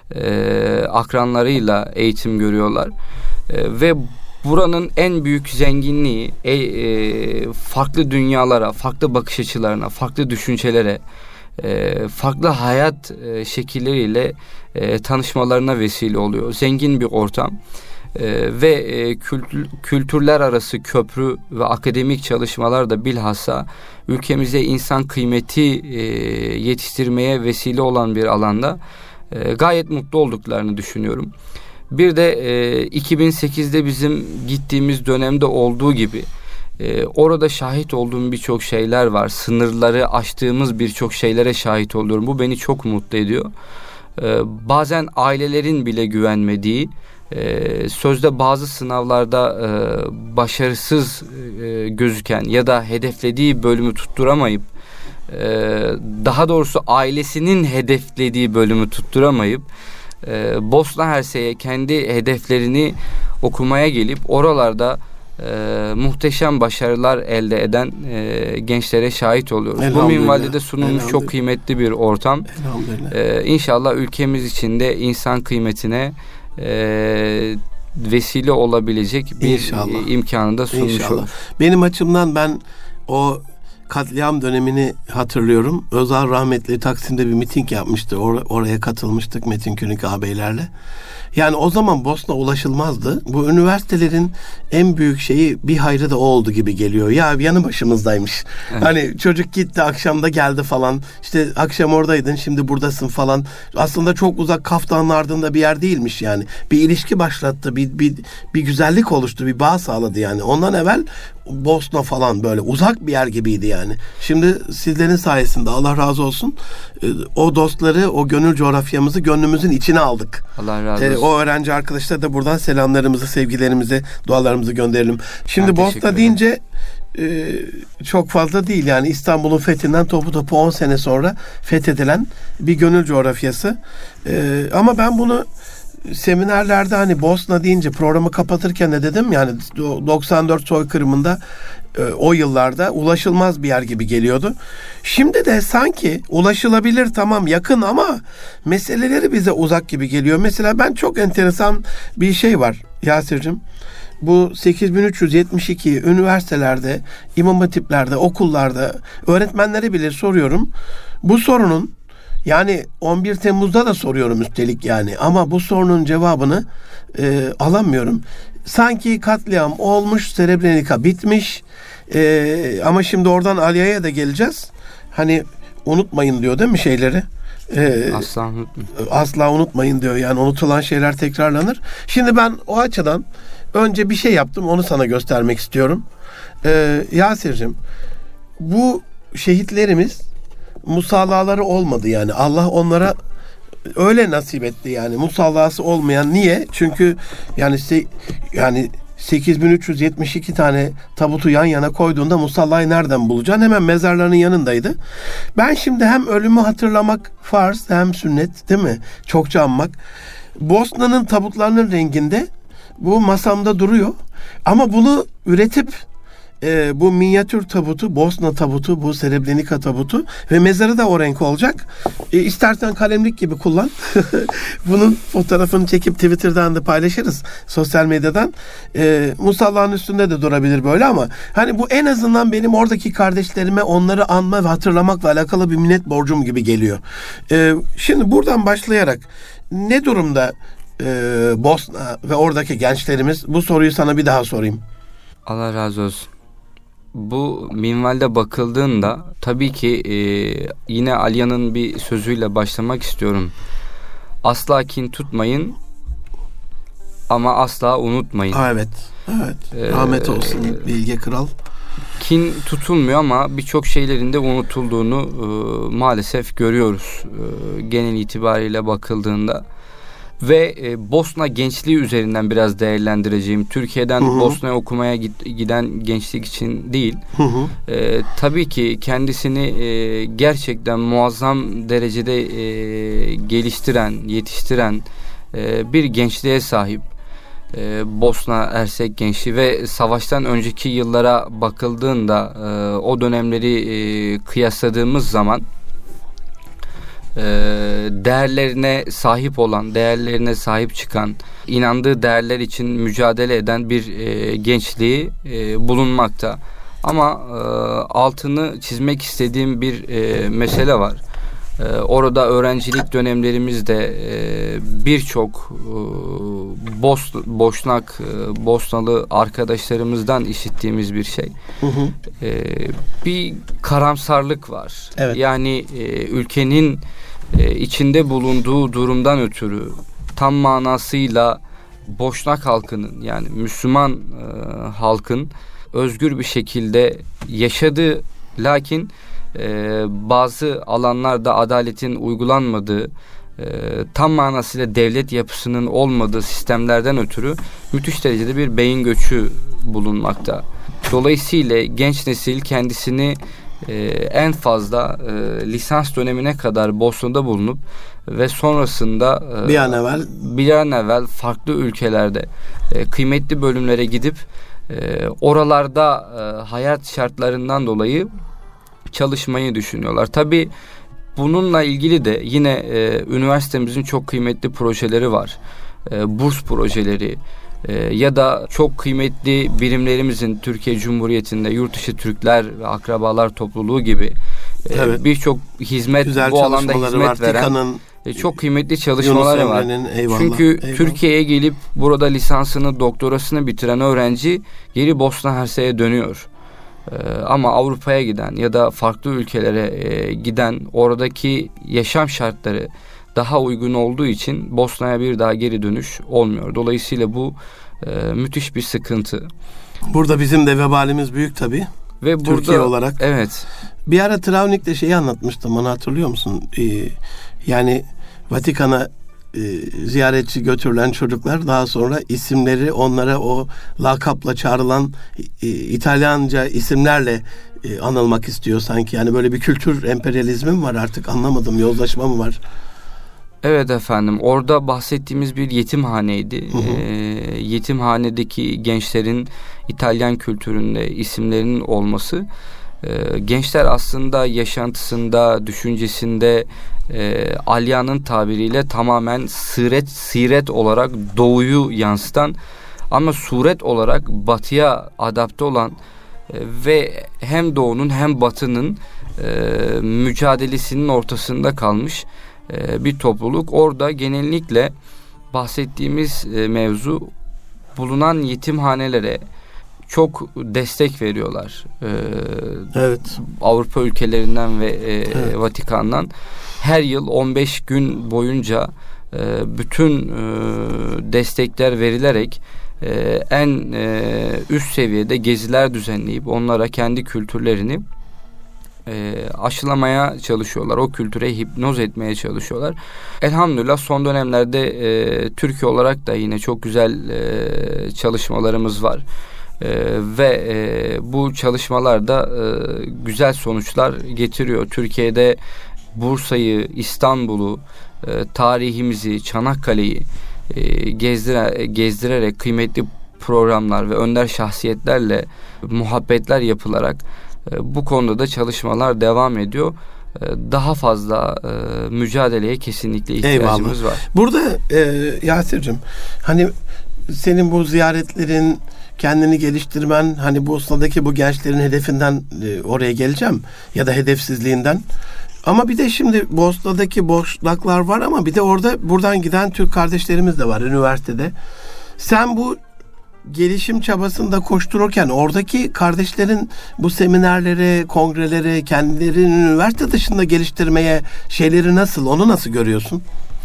e, akranlarıyla eğitim görüyorlar. E, ve buranın en büyük zenginliği e, e, farklı dünyalara, farklı bakış açılarına, farklı düşüncelere, E, farklı hayat e, şekilleriyle e, tanışmalarına vesile oluyor. Zengin bir ortam e, ve e, kültür, kültürler arası köprü ve akademik çalışmalar da bilhassa ülkemize insan kıymeti e, yetiştirmeye vesile olan bir alanda e, gayet mutlu olduklarını düşünüyorum. Bir de e, iki bin sekizde bizim gittiğimiz dönemde olduğu gibi Ee, orada şahit olduğum birçok şeyler var. Sınırları aştığımız birçok şeylere şahit oluyorum. Bu beni çok mutlu ediyor. Ee, bazen ailelerin bile güvenmediği, e, sözde bazı sınavlarda e, başarısız e, gözüken ya da hedeflediği bölümü tutturamayıp, e, daha doğrusu ailesinin hedeflediği bölümü tutturamayıp, e, Bosna Hersek'e kendi hedeflerini okumaya gelip oralarda Ee, muhteşem başarılar elde eden e, gençlere şahit oluyoruz. Bu minvalde sunulmuş çok kıymetli bir ortam. Ee, İnşallah ülkemiz için de insan kıymetine e, vesile olabilecek bir İnşallah. imkanı da sunmuş İnşallah. olur. Benim açımdan ben o katliam dönemini hatırlıyorum. Özal rahmetli Taksim'de bir miting yapmıştı. Or- oraya katılmıştık Metin Künük ağabeylerle. Yani o zaman Bosna ulaşılmazdı. Bu üniversitelerin en büyük şeyi, bir hayrı da o oldu gibi geliyor. Ya yanı başımızdaymış. Evet. Hani çocuk gitti, akşamda geldi falan. İşte akşam oradaydın, şimdi buradasın falan. Aslında çok uzak, Kaf Dağı'nın ardında bir yer değilmiş yani. Bir ilişki başlattı, bir, bir, bir güzellik oluştu, bir bağ sağladı yani. Ondan evvel Bosna falan böyle uzak bir yer gibiydi yani. yani. Şimdi sizlerin sayesinde Allah razı olsun o dostları, o gönül coğrafyamızı gönlümüzün içine aldık. Allah razı olsun. Ee, o öğrenci arkadaşlara da buradan selamlarımızı, sevgilerimizi, dualarımızı gönderelim. Şimdi Bosna deyince e, çok fazla değil yani İstanbul'un fethinden topu topu on sene sonra fethedilen bir gönül coğrafyası. E, ama ben bunu seminerlerde hani Bosna deyince programı kapatırken de dedim yani doksan dört soykırımında e, o yıllarda ulaşılmaz bir yer gibi geliyordu. Şimdi de sanki ulaşılabilir, tamam yakın ama meseleleri bize uzak gibi geliyor. Mesela ben çok enteresan bir şey var Yasir'cim. Bu sekiz bin üç yüz yetmiş iki üniversitelerde, imam hatiplerde, okullarda öğretmenlere bile soruyorum. Bu sorunun yani on bir Temmuz'da da soruyorum üstelik yani ama bu sorunun cevabını e, alamıyorum. Sanki katliam olmuş, Srebrenica bitmiş e, ama şimdi oradan Aliya'ya da geleceğiz. Hani unutmayın diyor değil mi şeyleri? E, asla unutmayın. Asla unutmayın diyor yani unutulan şeyler tekrarlanır. Şimdi ben o açıdan önce bir şey yaptım, onu sana göstermek istiyorum. E, Yasir'cim, bu şehitlerimiz musallaları olmadı yani. Allah onlara öyle nasip etti yani. Musallası olmayan. Niye? Çünkü yani se, yani sekiz bin üç yüz yetmiş iki tane tabutu yan yana koyduğunda musallayı nereden bulacaksın? Hemen mezarlarının yanındaydı. Ben şimdi hem ölümü hatırlamak farz hem sünnet değil mi? Çokça anmak. Bosna'nın tabutlarının renginde bu masamda duruyor. Ama bunu üretip e, bu minyatür tabutu, Bosna tabutu, bu Srebrenica tabutu ve mezarı da o renk olacak. E, istersen kalemlik gibi kullan. Bunun fotoğrafını çekip Twitter'dan da paylaşırız. Sosyal medyadan. E, musallahın üstünde de durabilir böyle ama hani bu en azından benim oradaki kardeşlerime onları anma ve hatırlamakla alakalı bir minnet borcum gibi geliyor. E, şimdi buradan başlayarak ne durumda e, Bosna ve oradaki gençlerimiz? Bu soruyu sana bir daha sorayım. Allah razı olsun. Bu minvalde bakıldığında tabii ki e, yine Aliya'nın bir sözüyle başlamak istiyorum. Asla kin tutmayın ama asla unutmayın. Ha, evet. Evet. Ee, Rahmet olsun Bilge Kral. Kin tutulmuyor ama birçok şeylerin de unutulduğunu e, maalesef görüyoruz. E, genel itibariyle bakıldığında. Ve e, Bosna gençliği üzerinden biraz değerlendireceğim. Türkiye'den hı hı. Bosna'ya okumaya git, giden gençlik için değil. Hı hı. E, tabii ki kendisini e, gerçekten muazzam derecede e, geliştiren, yetiştiren e, bir gençliğe sahip. E, Bosna Hersek gençliği ve savaştan önceki yıllara bakıldığında e, o dönemleri e, kıyasladığımız zaman değerlerine sahip olan, değerlerine sahip çıkan, inandığı değerler için mücadele eden bir e, gençliği e, bulunmakta. Ama e, altını çizmek istediğim bir e, mesele var. E, orada öğrencilik dönemlerimizde e, birçok e, Bos, Boşnak, e, Bosnalı arkadaşlarımızdan işittiğimiz bir şey. Hı hı. E, bir karamsarlık var. Evet. Yani e, ülkenin e, içinde bulunduğu durumdan ötürü tam manasıyla Boşnak halkının, yani Müslüman e, halkın özgür bir şekilde yaşadığı, lakin e, bazı alanlarda adaletin uygulanmadığı, e, tam manasıyla devlet yapısının olmadığı sistemlerden ötürü müthiş derecede bir beyin göçü bulunmakta. Dolayısıyla genç nesil kendisini e, en fazla e, lisans dönemine kadar Bosna'da bulunup ve sonrasında e, bir an evvel bir an evvel farklı ülkelerde e, kıymetli bölümlere gidip e, oralarda e, hayat şartlarından dolayı çalışmayı düşünüyorlar. Tabii bununla ilgili de yine e, üniversitemizin çok kıymetli projeleri var. E, burs projeleri e, ya da çok kıymetli birimlerimizin Türkiye Cumhuriyeti'nde Yurtdışı Türkler ve Akrabalar Topluluğu gibi e, evet. birçok hizmet, güzel bu alanda hizmet var. veren Tikan'ın, e, çok kıymetli çalışmaları var. Eyvallah, Çünkü eyvallah. Türkiye'ye gelip burada lisansını, doktorasını bitiren öğrenci geri Bosna Hersek'e dönüyor. Ama Avrupa'ya giden ya da farklı ülkelere giden, oradaki yaşam şartları daha uygun olduğu için Bosna'ya bir daha geri dönüş olmuyor. Dolayısıyla bu müthiş bir sıkıntı. Burada bizim de vebalimiz büyük tabii. Ve burada, Türkiye olarak. Evet. Bir ara Travnik'te şeyi anlatmıştım, onu hatırlıyor musun? Ee, yani Vatikan'a e, ziyaretçi götürülen çocuklar daha sonra isimleri onlara o lakapla çağrılan e, İtalyanca isimlerle e, anılmak istiyor sanki. Yani böyle bir kültür emperyalizmi mi var artık, anlamadım, yozlaşma mı var? Evet efendim, orada bahsettiğimiz bir yetimhaneydi. Hı hı. E, yetimhanedeki gençlerin İtalyan kültüründe isimlerinin olması, e, gençler aslında yaşantısında, düşüncesinde e, Alya'nın tabiriyle tamamen siret, siret olarak doğuyu yansıtan ama suret olarak batıya adapte olan e, ve hem doğunun hem batının e, mücadelesinin ortasında kalmış bir topluluk. Orada genellikle bahsettiğimiz mevzu, bulunan yetimhanelere çok destek veriyorlar. Evet. Avrupa ülkelerinden ve evet. Vatikan'dan her yıl on beş gün boyunca bütün destekler verilerek en üst seviyede geziler düzenleyip onlara kendi kültürlerini E, aşılamaya çalışıyorlar. O kültüre hipnoz etmeye çalışıyorlar. Elhamdülillah son dönemlerde e, Türkiye olarak da yine çok güzel e, çalışmalarımız var. E, ve e, bu çalışmalar da e, güzel sonuçlar getiriyor. Türkiye'de Bursa'yı, İstanbul'u, e, tarihimizi, Çanakkale'yi e, gezdire, gezdirerek kıymetli programlar ve önder şahsiyetlerle muhabbetler yapılarak bu konuda da çalışmalar devam ediyor. Daha fazla e, mücadeleye kesinlikle ihtiyacımız Eyvallah. var. Burada e, Yasir'cim, hani senin bu ziyaretlerin, kendini geliştirmen, hani Bosna'daki bu gençlerin hedefinden e, oraya geleceğim ya da hedefsizliğinden. Ama bir de şimdi Bosna'daki boşluklar var ama bir de orada buradan giden Türk kardeşlerimiz de var üniversitede. Sen bu gelişim çabasında koştururken oradaki kardeşlerin bu seminerlere, kongrelere, kendilerini üniversite dışında geliştirmeye şeyleri nasıl, onu nasıl görüyorsun?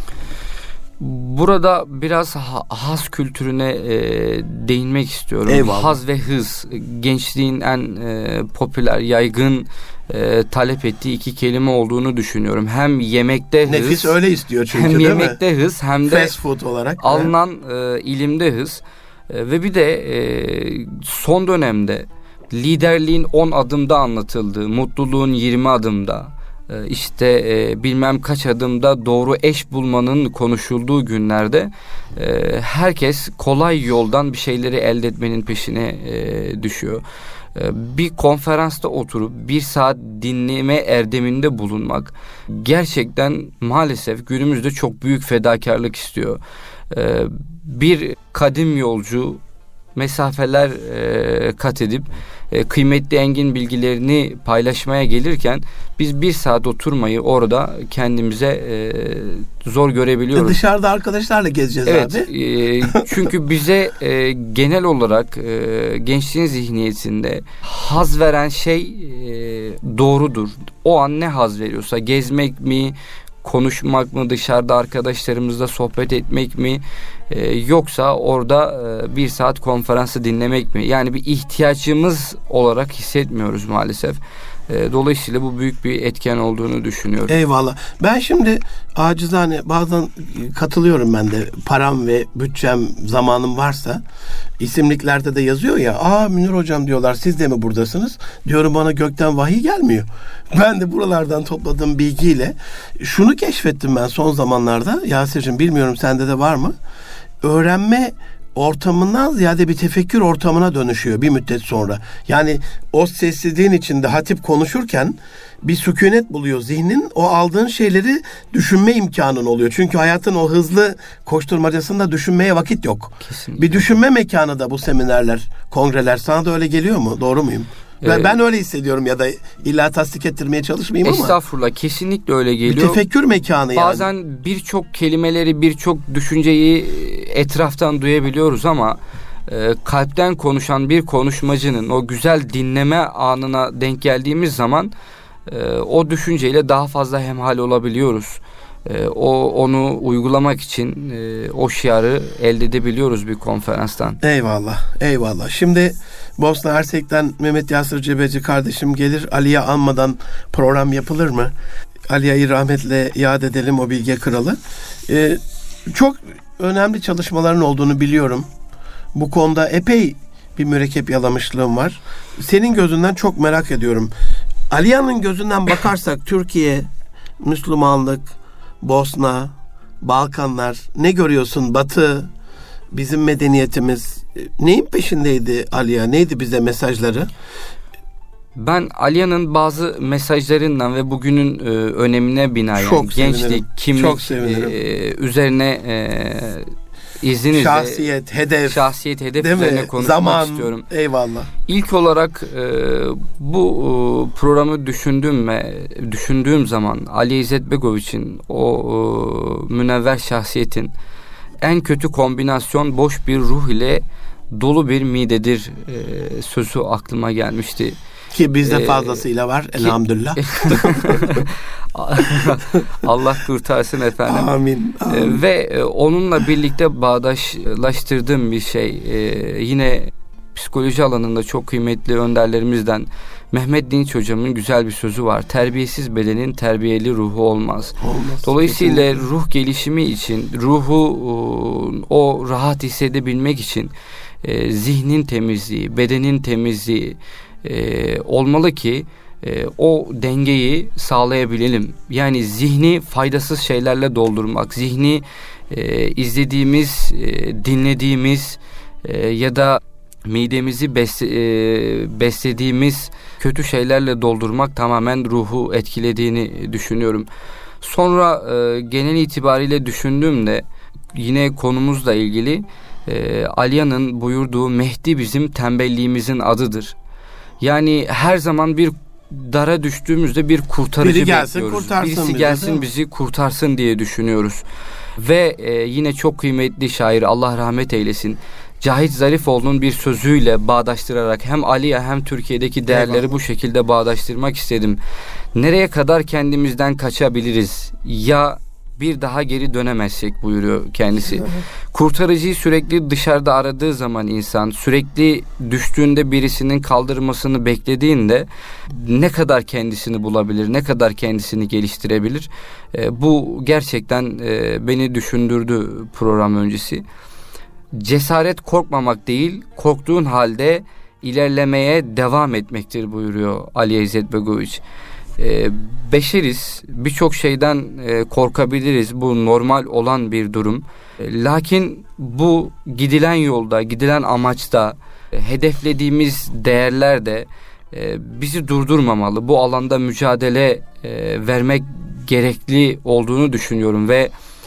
Burada biraz haz kültürüne e, değinmek istiyorum. Eyvallah. Haz ve hız, gençliğin en e, popüler, yaygın e, talep ettiği iki kelime olduğunu düşünüyorum. Hem yemekte hız, nefis öyle istiyor çünkü, hem değil yemekte mi? hız, hem de fast food olarak alınan e, ilimde hız. E, ve bir de e, son dönemde liderliğin on adımda anlatıldığı, mutluluğun yirmi adımda, e, işte e, bilmem kaç adımda doğru eş bulmanın konuşulduğu günlerde e, herkes kolay yoldan bir şeyleri elde etmenin peşine e, düşüyor. E, bir konferansta oturup bir saat dinleme erdeminde bulunmak gerçekten maalesef günümüzde çok büyük fedakarlık istiyor. E, bir kadim yolcu mesafeler e, kat edip e, kıymetli engin bilgilerini paylaşmaya gelirken biz bir saat oturmayı orada kendimize e, zor görebiliyoruz. Dışarıda arkadaşlarla gezeceğiz, evet, abi. E, çünkü bize e, genel olarak e, gençliğin zihniyetinde haz veren şey e, doğrudur. O an ne haz veriyorsa, gezmek mi, konuşmak mı, dışarıda arkadaşlarımızla sohbet etmek mi, e, yoksa orada e, bir saat konferansı dinlemek mi? Yani bir ihtiyacımız olarak hissetmiyoruz maalesef. E, dolayısıyla bu büyük bir etken olduğunu düşünüyorum. Eyvallah. Ben şimdi acizane bazen katılıyorum, ben de param ve bütçem, zamanım varsa isimliklerde de yazıyor ya, aa Münir hocam diyorlar, siz de mi buradasınız? Diyorum, bana gökten vahiy gelmiyor. Ben de buralardan topladığım bilgiyle şunu keşfettim ben son zamanlarda. Yasir'cim, bilmiyorum sende de var mı? Öğrenme ortamından ziyade bir tefekkür ortamına dönüşüyor bir müddet sonra. Yani o sessizliğin içinde hatip konuşurken bir sükunet buluyor zihnin. O aldığın şeyleri düşünme imkanın oluyor. Çünkü hayatın o hızlı koşturmacasında düşünmeye vakit yok. Kesinlikle. Bir düşünme mekanı da bu seminerler, kongreler. Sana da öyle geliyor mu? Doğru muyum? Ben, ee, ben öyle hissediyorum, ya da illa tasdik ettirmeye çalışmayayım ama. Estağfurullah, kesinlikle öyle geliyor. Bir tefekkür mekanı yani. Bazen birçok kelimeleri, birçok düşünceyi etraftan duyabiliyoruz ama e, kalpten konuşan bir konuşmacının o güzel dinleme anına denk geldiğimiz zaman e, o düşünceyle daha fazla hemhal olabiliyoruz. e, o onu uygulamak için e, o şiarı elde edebiliyoruz bir konferanstan. Eyvallah, eyvallah. Şimdi Bosna Hersek'ten Mehmet Yasir Cebeci kardeşim gelir. Aliye anmadan program yapılır mı? Aliye'yi rahmetle yad edelim, o bilge kralı. Ee, çok önemli çalışmaların olduğunu biliyorum. Bu konuda epey bir mürekkep yalamışlığım var. Senin gözünden çok merak ediyorum. Aliye'nin gözünden bakarsak Türkiye, Müslümanlık, Bosna, Balkanlar, ne görüyorsun? Batı, bizim medeniyetimiz neyin peşindeydi Aliye? Neydi bize mesajları? Ben Aliye'nin bazı mesajlarından ve bugünün e, önemine binaen çok gençlik, sevinirim. kimlik çok sevinirim. e, üzerine e, izninizle şahsiyet, hedef, şahsiyet, hedef değil üzerine mi? konuşmak Zaman, istiyorum. Eyvallah. İlk olarak e, bu e, programı düşündüğüm ve düşündüğüm zaman Ali İzzet Begoviç'in o e, münevver şahsiyetin en kötü kombinasyon boş bir ruh ile dolu bir midedir e, sözü aklıma gelmişti. Ki bizde Ee, fazlasıyla var ki, elhamdülillah. Allah kurtarsın efendim. Amin. amin. Ee, ve onunla birlikte bağdaşlaştırdığım bir şey. Ee, yine psikoloji alanında çok kıymetli önderlerimizden Mehmet Dinç hocamın güzel bir sözü var. Terbiyesiz bedenin terbiyeli ruhu olmaz. Olmaz. Dolayısıyla Kesinlikle. ruh gelişimi için, ruhu o rahat hissedebilmek için e, zihnin temizliği, bedenin temizliği e, olmalı ki e, o dengeyi sağlayabilelim. Yani zihni faydasız şeylerle doldurmak, zihni e, izlediğimiz, e, dinlediğimiz e, ya da midemizi besle, e, beslediğimiz kötü şeylerle doldurmak tamamen ruhu etkilediğini düşünüyorum. Sonra e, genel itibariyle düşündüğümde yine konumuzla ilgili e, Aliye'nin buyurduğu Mehdi bizim tembelliğimizin adıdır. Yani her zaman bir dara düştüğümüzde bir kurtarıcı Biri gelsin, bekliyoruz. kurtarsın Birisi bizi, gelsin bizi kurtarsın diye düşünüyoruz. Ve e, yine çok kıymetli şair, Allah rahmet eylesin, Cahit Zarifoğlu'nun bir sözüyle bağdaştırarak hem Aliye hem Türkiye'deki değerleri Eyvallah. bu şekilde bağdaştırmak istedim. Nereye kadar kendimizden kaçabiliriz ya bir daha geri dönemezsek buyuruyor kendisi. Kurtarıcıyı sürekli dışarıda aradığı zaman insan, sürekli düştüğünde birisinin kaldırmasını beklediğinde ne kadar kendisini bulabilir, ne kadar kendisini geliştirebilir? E, bu gerçekten e, beni düşündürdü program öncesi. Cesaret korkmamak değil, korktuğun halde ilerlemeye devam etmektir buyuruyor Ali İzzet Begoviç. Ee, beşeriz, birçok şeyden e, korkabiliriz, bu normal olan bir durum. E, lakin bu gidilen yolda, gidilen amaçta, e, hedeflediğimiz değerlerde e, bizi durdurmamalı. Bu alanda mücadele e, vermek gerekli olduğunu düşünüyorum ve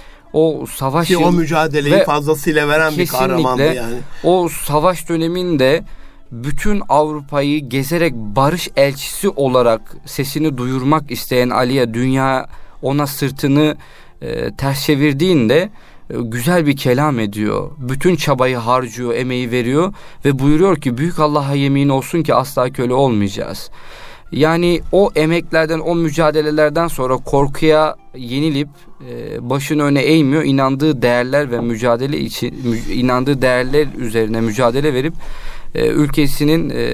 o savaş Ki o mücadeleyi fazlasıyla veren bir kahramandı yani. O savaş döneminde bütün Avrupa'yı gezerek barış elçisi olarak sesini duyurmak isteyen Aliye, dünya ona sırtını e, ters çevirdiğinde e, güzel bir kelam ediyor. Bütün çabayı harcıyor, emeği veriyor ve buyuruyor ki büyük Allah'a yemin olsun ki asla köle olmayacağız. Yani o emeklerden, o mücadelelerden sonra korkuya yenilip e, başını öne eğmiyor. İnandığı değerler ve mücadele için, mü, inandığı değerler üzerine mücadele verip e, ülkesinin e,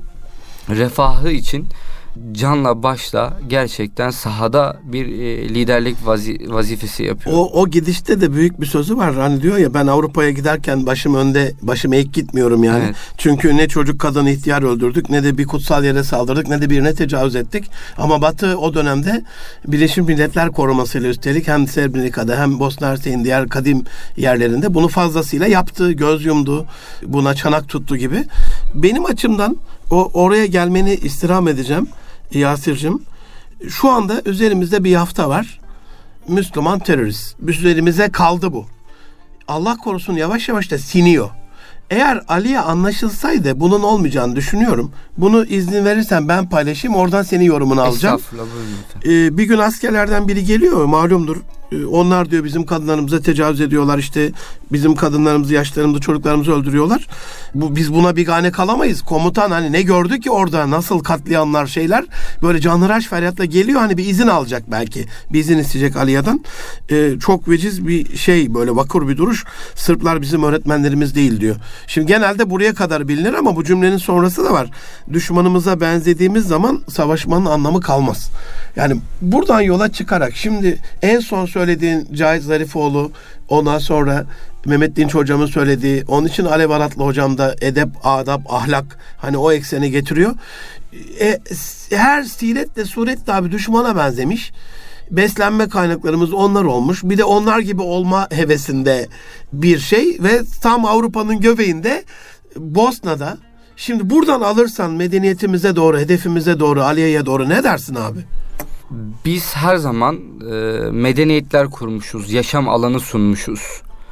refahı için canla başla gerçekten sahada bir e, liderlik vazi, vazifesi yapıyor. O, o gidişte de büyük bir sözü var. Hani diyor ya, ben Avrupa'ya giderken başım önde, başım eğik gitmiyorum yani. Evet. Çünkü ne çocuk, kadın, ihtiyar öldürdük, ne de bir kutsal yere saldırdık, ne de birine tecavüz ettik. Ama Batı o dönemde Birleşmiş Milletler korumasıyla üstelik hem Srebrenica'da hem Bosna Hersek'in diğer kadim yerlerinde bunu fazlasıyla yaptı, göz yumdu, buna çanak tuttu gibi. Benim açımdan o oraya gelmeni istirham edeceğim Yasir'cim. Şu anda üzerimizde bir yafta var. Müslüman terörist. Üzerimize kaldı bu. Allah korusun yavaş yavaş da siniyor. Eğer Aliye anlaşılsaydı bunun olmayacağını düşünüyorum. Bunu izin verirsen ben paylaşayım. Oradan senin yorumunu alacağım. Estağfurullah, buyurun lütfen. Ee, bir gün askerlerden biri geliyor. Malumdur. Onlar diyor bizim kadınlarımıza tecavüz ediyorlar, işte bizim kadınlarımızı, yaşlarımızı, çocuklarımızı öldürüyorlar. Bu, biz buna bigane kalamayız. Komutan hani ne gördü ki orada, nasıl katliamlar, şeyler, böyle canhıraş feryatla geliyor, hani bir izin alacak belki. Bir izin isteyecek Aliya'dan. Ee, çok veciz bir şey, böyle vakur bir duruş. Sırplar bizim öğretmenlerimiz değil diyor. Şimdi genelde buraya kadar bilinir ama bu cümlenin sonrası da var. Düşmanımıza benzediğimiz zaman savaşmanın anlamı kalmaz. Yani buradan yola çıkarak şimdi en son söylediğin Cahit Zarifoğlu, ondan sonra Mehmet Dinç hocamın söylediği, onun için Alev Aratlı hocam da edep, adab, ahlak, hani o ekseni getiriyor. E, her siretle suretle abi düşmana benzemiş. Beslenme kaynaklarımız onlar olmuş. Bir de onlar gibi olma hevesinde bir şey ve tam Avrupa'nın göbeğinde, Bosna'da. Şimdi buradan alırsan medeniyetimize doğru, hedefimize doğru, Aliye'ye doğru ne dersin abi? Biz her zaman e, medeniyetler kurmuşuz, yaşam alanı sunmuşuz.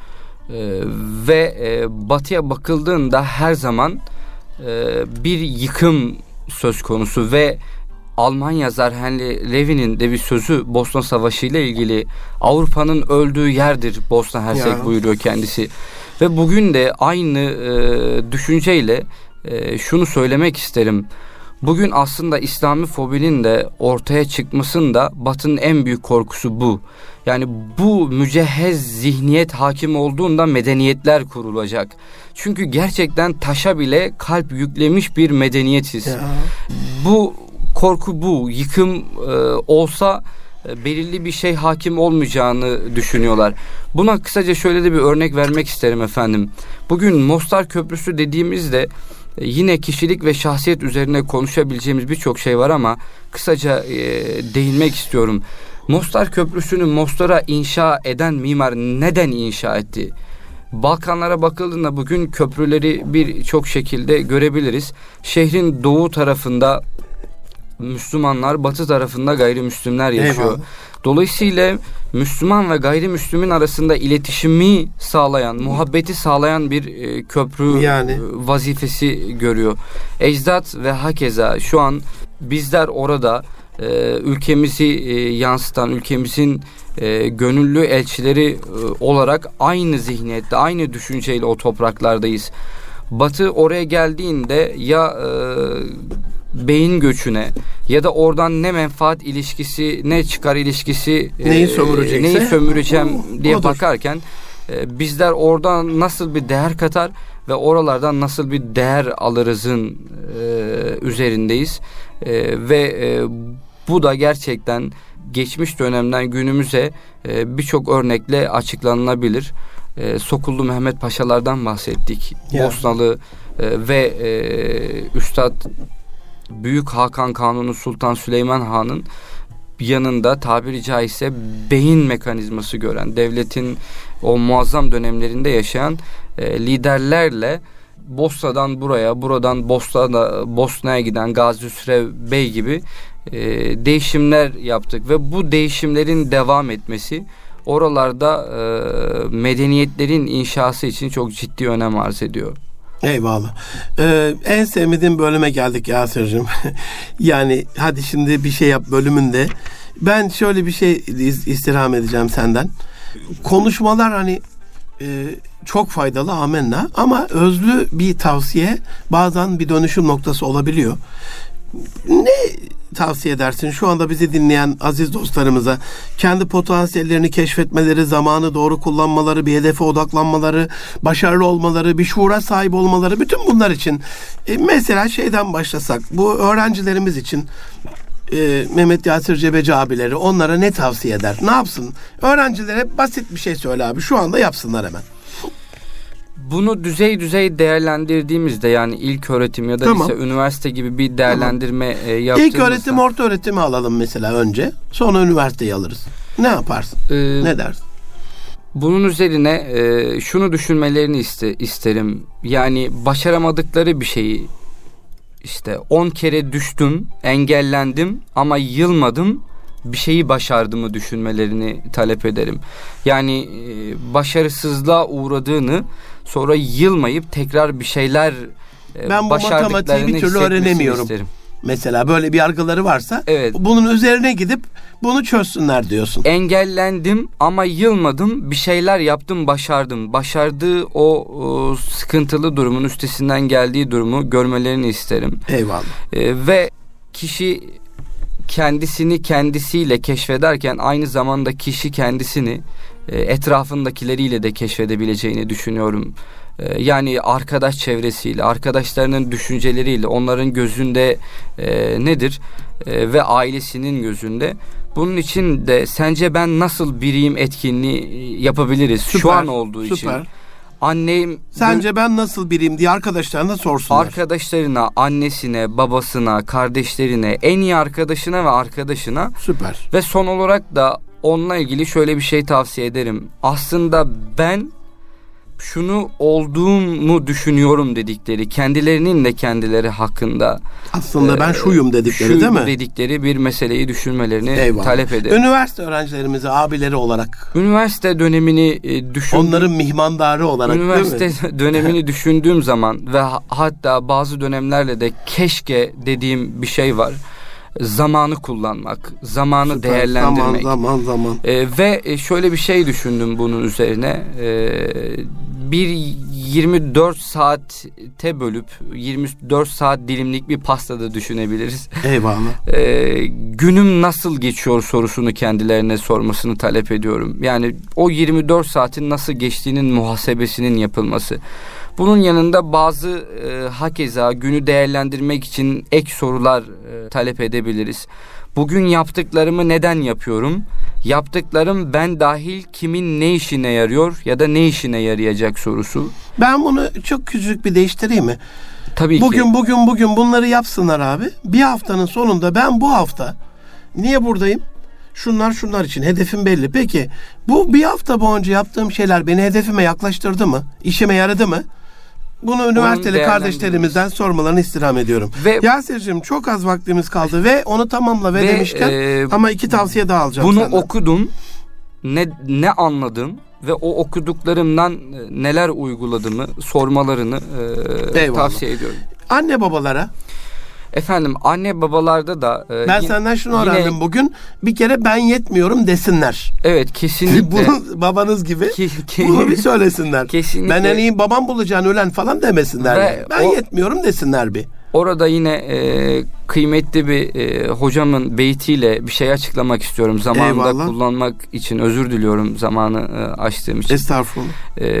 E, ve e, batıya bakıldığında her zaman e, bir yıkım söz konusu ve Alman yazar Henry Levy'nin de bir sözü Bosna Savaşı ile ilgili, Avrupa'nın öldüğü yerdir Bosna Hersek ya. buyuruyor kendisi. Ve bugün de aynı e, düşünceyle e, şunu söylemek isterim. Bugün aslında İslami fobinin de ortaya çıkmasında Batı'nın en büyük korkusu bu. Yani bu mücehhez zihniyet hakim olduğunda medeniyetler kurulacak. Çünkü gerçekten taşa bile kalp yüklemiş bir medeniyetiz. Ya. Bu korku bu. Yıkım e, olsa e, belirli bir şey hakim olmayacağını düşünüyorlar. Buna kısaca şöyle de bir örnek vermek isterim efendim. Bugün Mostar Köprüsü dediğimizde yine kişilik ve şahsiyet üzerine konuşabileceğimiz birçok şey var ama kısaca e, değinmek istiyorum. Mostar Köprüsü'nü Mostar'a inşa eden mimar neden inşa etti? Balkanlara bakıldığında bugün köprüleri birçok şekilde görebiliriz. Şehrin doğu tarafında Müslümanlar, batı tarafında gayrimüslimler yaşıyor. Eyvallah. Dolayısıyla Müslüman ve gayrimüslimin arasında iletişimi sağlayan, muhabbeti sağlayan bir e, köprü yani. vazifesi görüyor. Ecdat ve hakeza şu an bizler orada e, ülkemizi e, yansıtan, ülkemizin e, gönüllü elçileri e, olarak aynı zihniyette, aynı düşünceyle o topraklardayız. Batı oraya geldiğinde ya e, beyin göçüne ya da oradan ne menfaat ilişkisi, ne çıkar ilişkisi, neyi sömürecekse, neyi sömüreceğim o, diye odur. bakarken e, bizler oradan nasıl bir değer katar ve oralardan nasıl bir değer alırızın e, üzerindeyiz e, ve e, bu da gerçekten geçmiş dönemden günümüze e, birçok örnekle açıklanılabilir. E, Sokullu Mehmet Paşalardan bahsettik. Ya. Bosnalı e, ve e, Üstad Büyük Hakan Kanuni Sultan Süleyman Han'ın yanında tabiri caizse beyin mekanizması gören, devletin o muazzam dönemlerinde yaşayan e, liderlerle Bosna'dan buraya, buradan Bosna'da, Bosna'ya giden Gazi Hüsrev Bey gibi e, değişimler yaptık ve bu değişimlerin devam etmesi oralarda e, medeniyetlerin inşası için çok ciddi önem arz ediyor. Eyvallah. Ee, en sevmediğim bölüme geldik Yasir'cim. Yani hadi şimdi bir şey yap bölümünde. Ben şöyle bir şey istirham edeceğim senden. Konuşmalar hani e, çok faydalı, amenna, ama özlü bir tavsiye bazen bir dönüşüm noktası olabiliyor. Ne tavsiye edersin şu anda bizi dinleyen aziz dostlarımıza? Kendi potansiyellerini keşfetmeleri, zamanı doğru kullanmaları, bir hedefe odaklanmaları, başarılı olmaları, bir şuura sahip olmaları, bütün bunlar için e, mesela şeyden başlasak, bu öğrencilerimiz için e, Mehmet Yasir Cebeci abileri onlara ne tavsiye eder? Ne yapsın? Öğrencilere basit bir şey söyle abi, şu anda yapsınlar hemen. Bunu düzey düzey değerlendirdiğimizde, yani ilk öğretim ya da tamam. lise, üniversite gibi bir değerlendirme tamam. yaptığımızda. İlk öğretim, orta öğretimi alalım mesela önce. Sonra üniversiteyi alırız. Ne yaparsın? Ee, ne dersin? Bunun üzerine e, şunu düşünmelerini iste, isterim. Yani başaramadıkları bir şeyi, işte on kere düştüm, engellendim ama yılmadım, bir şeyi başardığımı düşünmelerini talep ederim. Yani e, başarısızlığa uğradığını, sonra yılmayıp tekrar bir şeyler e, ben bu matematiği bir türlü öğrenemiyorum isterim. Mesela böyle bir yargıları varsa Evet. bunun üzerine gidip bunu çözsünler diyorsun. Engellendim ama yılmadım. Bir şeyler yaptım, başardım. Başardığı o, o sıkıntılı durumun üstesinden geldiği durumu görmelerini isterim. Eyvallah. Ee, ve kişi kendisini kendisiyle keşfederken aynı zamanda kişi kendisini e, etrafındakileriyle de keşfedebileceğini düşünüyorum. E, yani arkadaş çevresiyle, arkadaşlarının düşünceleriyle, onların gözünde e, nedir e, ve ailesinin gözünde. Bunun için de sence ben nasıl biriyim etkinliği yapabiliriz Süper, şu an olduğu süper. için. Annem Sence ben nasıl biriyim diye arkadaşlarına sorsunlar. Arkadaşlarına, annesine, babasına, kardeşlerine, en iyi arkadaşına ve arkadaşına. Süper. Ve son olarak da onunla ilgili şöyle bir şey tavsiye ederim. Aslında ben şunu olduğumu düşünüyorum dedikleri, kendilerinin de kendileri hakkında. Aslında ben şuyum dedikleri şu değil mi? dedikleri bir meseleyi düşünmelerini Eyvallah. talep ederim. Üniversite öğrencilerimize abileri olarak. Üniversite dönemini e, düşün. Onların mihmandarı olarak Üniversite değil mi? dönemini düşündüğüm zaman ve hatta bazı dönemlerle de keşke dediğim bir şey var. Zamanı kullanmak, zamanı Süper. değerlendirmek. Zaman zaman zaman. Ee, ve şöyle bir şey düşündüm bunun üzerine. Ee, bir yirmi dört saate bölüp yirmi dört saat dilimlik bir pastada düşünebiliriz. Eyvallah. Ee, günüm nasıl geçiyor sorusunu kendilerine sormasını talep ediyorum. Yani o yirmi dört saatin nasıl geçtiğinin muhasebesinin yapılması. Bunun yanında bazı e, hakeza günü değerlendirmek için ek sorular e, talep edebiliriz. Bugün yaptıklarımı neden yapıyorum? Yaptıklarım ben dahil kimin ne işine yarıyor ya da ne işine yarayacak sorusu. Ben bunu çok küçük bir değiştireyim mi? Tabii bugün, ki. Bugün bugün bunları yapsınlar abi. Bir haftanın sonunda ben bu hafta niye buradayım? Şunlar şunlar için hedefim belli. Peki bu bir hafta boyunca yaptığım şeyler beni hedefime yaklaştırdı mı? İşime yaradı mı? Bunu üniversiteli kardeşlerimizden sormalarını istirham ediyorum. Ve Yasir'cim çok az vaktimiz kaldı ve onu tamamla ve, ve demişken e, ama iki tavsiye daha alacağım bunu senden. okudum, ne ne anladım ve o okuduklarımdan neler uyguladığımı sormalarını e, tavsiye ediyorum. Anne babalara. Efendim anne babalarda da e, ben yine, senden şunu öğrendim yine, bugün bir kere ben yetmiyorum desinler. Evet kesinlikle. Bunu babanız gibi ki, ki, bunu bir söylesinler. Kesinlikle. Ben en iyi babam bulacağını ölen falan demesinler. Ve ben o, yetmiyorum desinler bir. Orada yine e, kıymetli bir e, hocamın beytiyle bir şey açıklamak istiyorum. Zamanında Eyvallah. kullanmak için özür diliyorum zamanı e, açtığım için. Estağfurullah.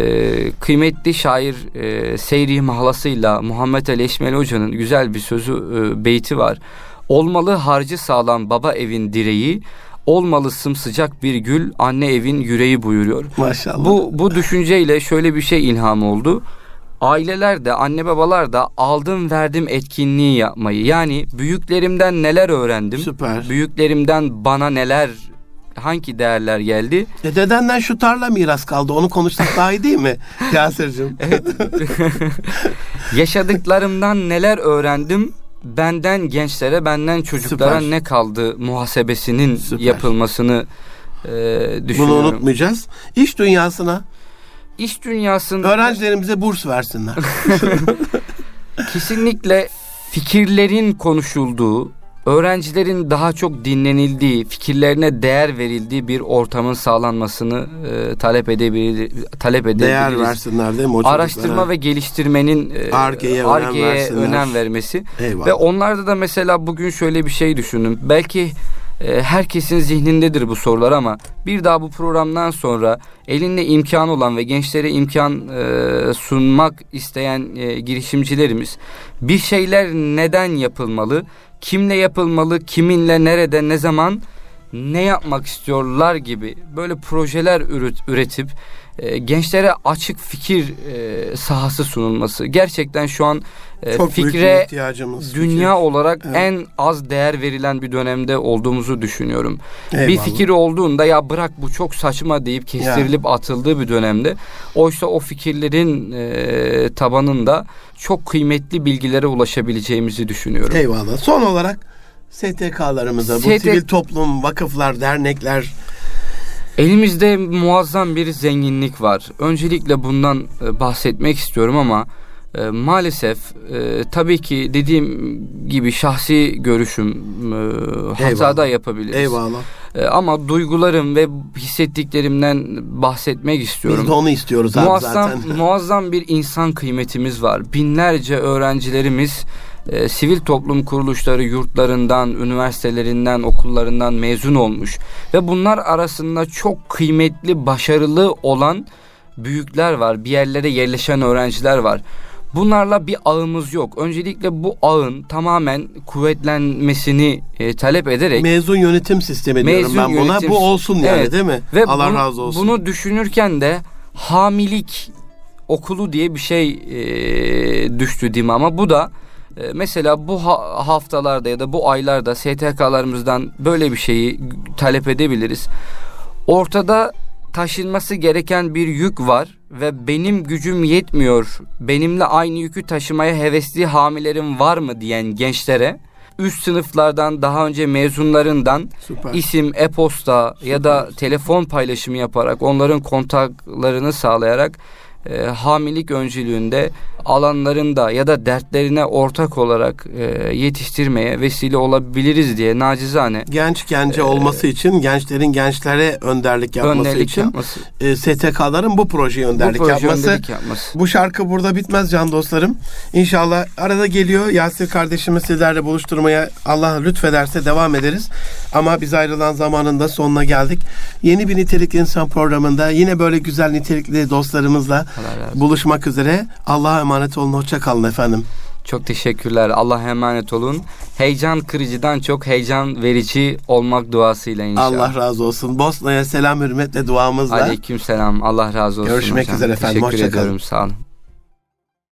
E, kıymetli şair e, Seyri Mahlası'yla Muhammed Ali Eşmeli Hoca'nın güzel bir sözü e, beyti var. Olmalı harcı sağlam baba evin direği, olmalı sımsıcak bir gül anne evin yüreği buyuruyor. Maşallah. Bu, bu düşünceyle şöyle bir şey ilham oldu. Aileler de anne babalar da aldım verdim etkinliği yapmayı, yani büyüklerimden neler öğrendim, Süper. büyüklerimden bana neler, hangi değerler geldi. E dedenden şu tarla miras kaldı, onu konuşsak daha iyi değil mi Yasir'cim? Evet. Yaşadıklarımdan neler öğrendim, benden gençlere benden çocuklara Süper. ne kaldı muhasebesinin Süper. yapılmasını e, düşünüyorum. Bunu unutmayacağız. İş dünyasına İş dünyasında öğrencilerimize burs versinler. Kesinlikle fikirlerin konuşulduğu, öğrencilerin daha çok dinlenildiği, fikirlerine değer verildiği bir ortamın sağlanmasını e, talep edebilir, talep edebiliriz. Değer versinler değil mi o çocuklara? Araştırma ve geliştirmenin e, Ar-Ge'ye Ar-Ge'ye önem, önem vermesi. Eyvallah. Ve onlarda da mesela bugün şöyle bir şey düşünün. Belki herkesin zihnindedir bu sorular ama bir daha bu programdan sonra elinde imkan olan ve gençlere imkan e, sunmak isteyen e, girişimcilerimiz bir şeyler neden yapılmalı, kimle yapılmalı, kiminle, nerede, ne zaman, ne yapmak istiyorlar gibi böyle projeler üret, üretip e, gençlere açık fikir e, sahası sunulması gerçekten şu an e, fikre dünya fikir. olarak evet. en az değer verilen bir dönemde olduğumuzu düşünüyorum. Eyvallah. Bir fikir olduğunda ya bırak bu çok saçma deyip kestirilip ya. atıldığı bir dönemde, oysa o fikirlerin e, tabanında çok kıymetli bilgilere ulaşabileceğimizi düşünüyorum. Eyvallah. Son olarak S T K'larımıza, S T... bu sivil toplum, vakıflar, dernekler. Elimizde muazzam bir zenginlik var. Öncelikle bundan bahsetmek istiyorum ama E, maalesef e, tabii ki dediğim gibi şahsi görüşüm, e, hata da yapabiliriz. Eyvallah. E, ama duygularım ve hissettiklerimden bahsetmek istiyorum. Biz de onu istiyoruz abi muazzam, zaten. Muazzam bir insan kıymetimiz var. Binlerce öğrencilerimiz e, sivil toplum kuruluşları yurtlarından, üniversitelerinden, okullarından mezun olmuş. Ve bunlar arasında çok kıymetli, başarılı olan büyükler var. Bir yerlere yerleşen öğrenciler var. Bunlarla bir ağımız yok. Öncelikle bu ağın tamamen kuvvetlenmesini e, talep ederek mezun yönetim sistemi diyorum ben buna. Yönetim, bu olsun yani, evet, değil mi? Ve Allah bunu, razı olsun. Bunu düşünürken de hamilik okulu diye bir şey e, düştü dimağıma. Bu da e, mesela bu ha- haftalarda ya da bu aylarda S T K'larımızdan böyle bir şeyi talep edebiliriz. Ortada taşınması gereken bir yük var ve benim gücüm yetmiyor, benimle aynı yükü taşımaya hevesli hamilerim var mı diyen gençlere üst sınıflardan, daha önce mezunlarından Süper. isim, e-posta Süper. ya da telefon paylaşımı yaparak, onların kontaklarını sağlayarak e, hamilik öncülüğünde alanlarında ya da dertlerine ortak olarak e, yetiştirmeye vesile olabiliriz diye nacizane. Genç gence ee, olması için, gençlerin gençlere önderlik yapması önderlik için yapması. E, S T K'ların bu projeye önderlik, bu proje yapması. önderlik yapması. Bu şarkı burada bitmez can dostlarım. İnşallah arada geliyor. Yasir kardeşimi sizlerle buluşturmaya Allah lütfederse devam ederiz. Ama biz ayrılan zamanın da sonuna geldik. Yeni bir Nitelikli İnsan programında yine böyle güzel nitelikli dostlarımızla buluşmak üzere. Allah'a emanet olun. Hoşça kalın efendim. Çok teşekkürler. Allah'a emanet olun. Heyecan kırıcıdan çok heyecan verici olmak duasıyla inşallah. Allah razı olsun. Bosna'ya selam, hürmetle duamızla. Aleyküm selam. Allah razı olsun. Görüşmek hocam. üzere efendim. Teşekkür Hoşça kalın. ediyorum. Sağ olun.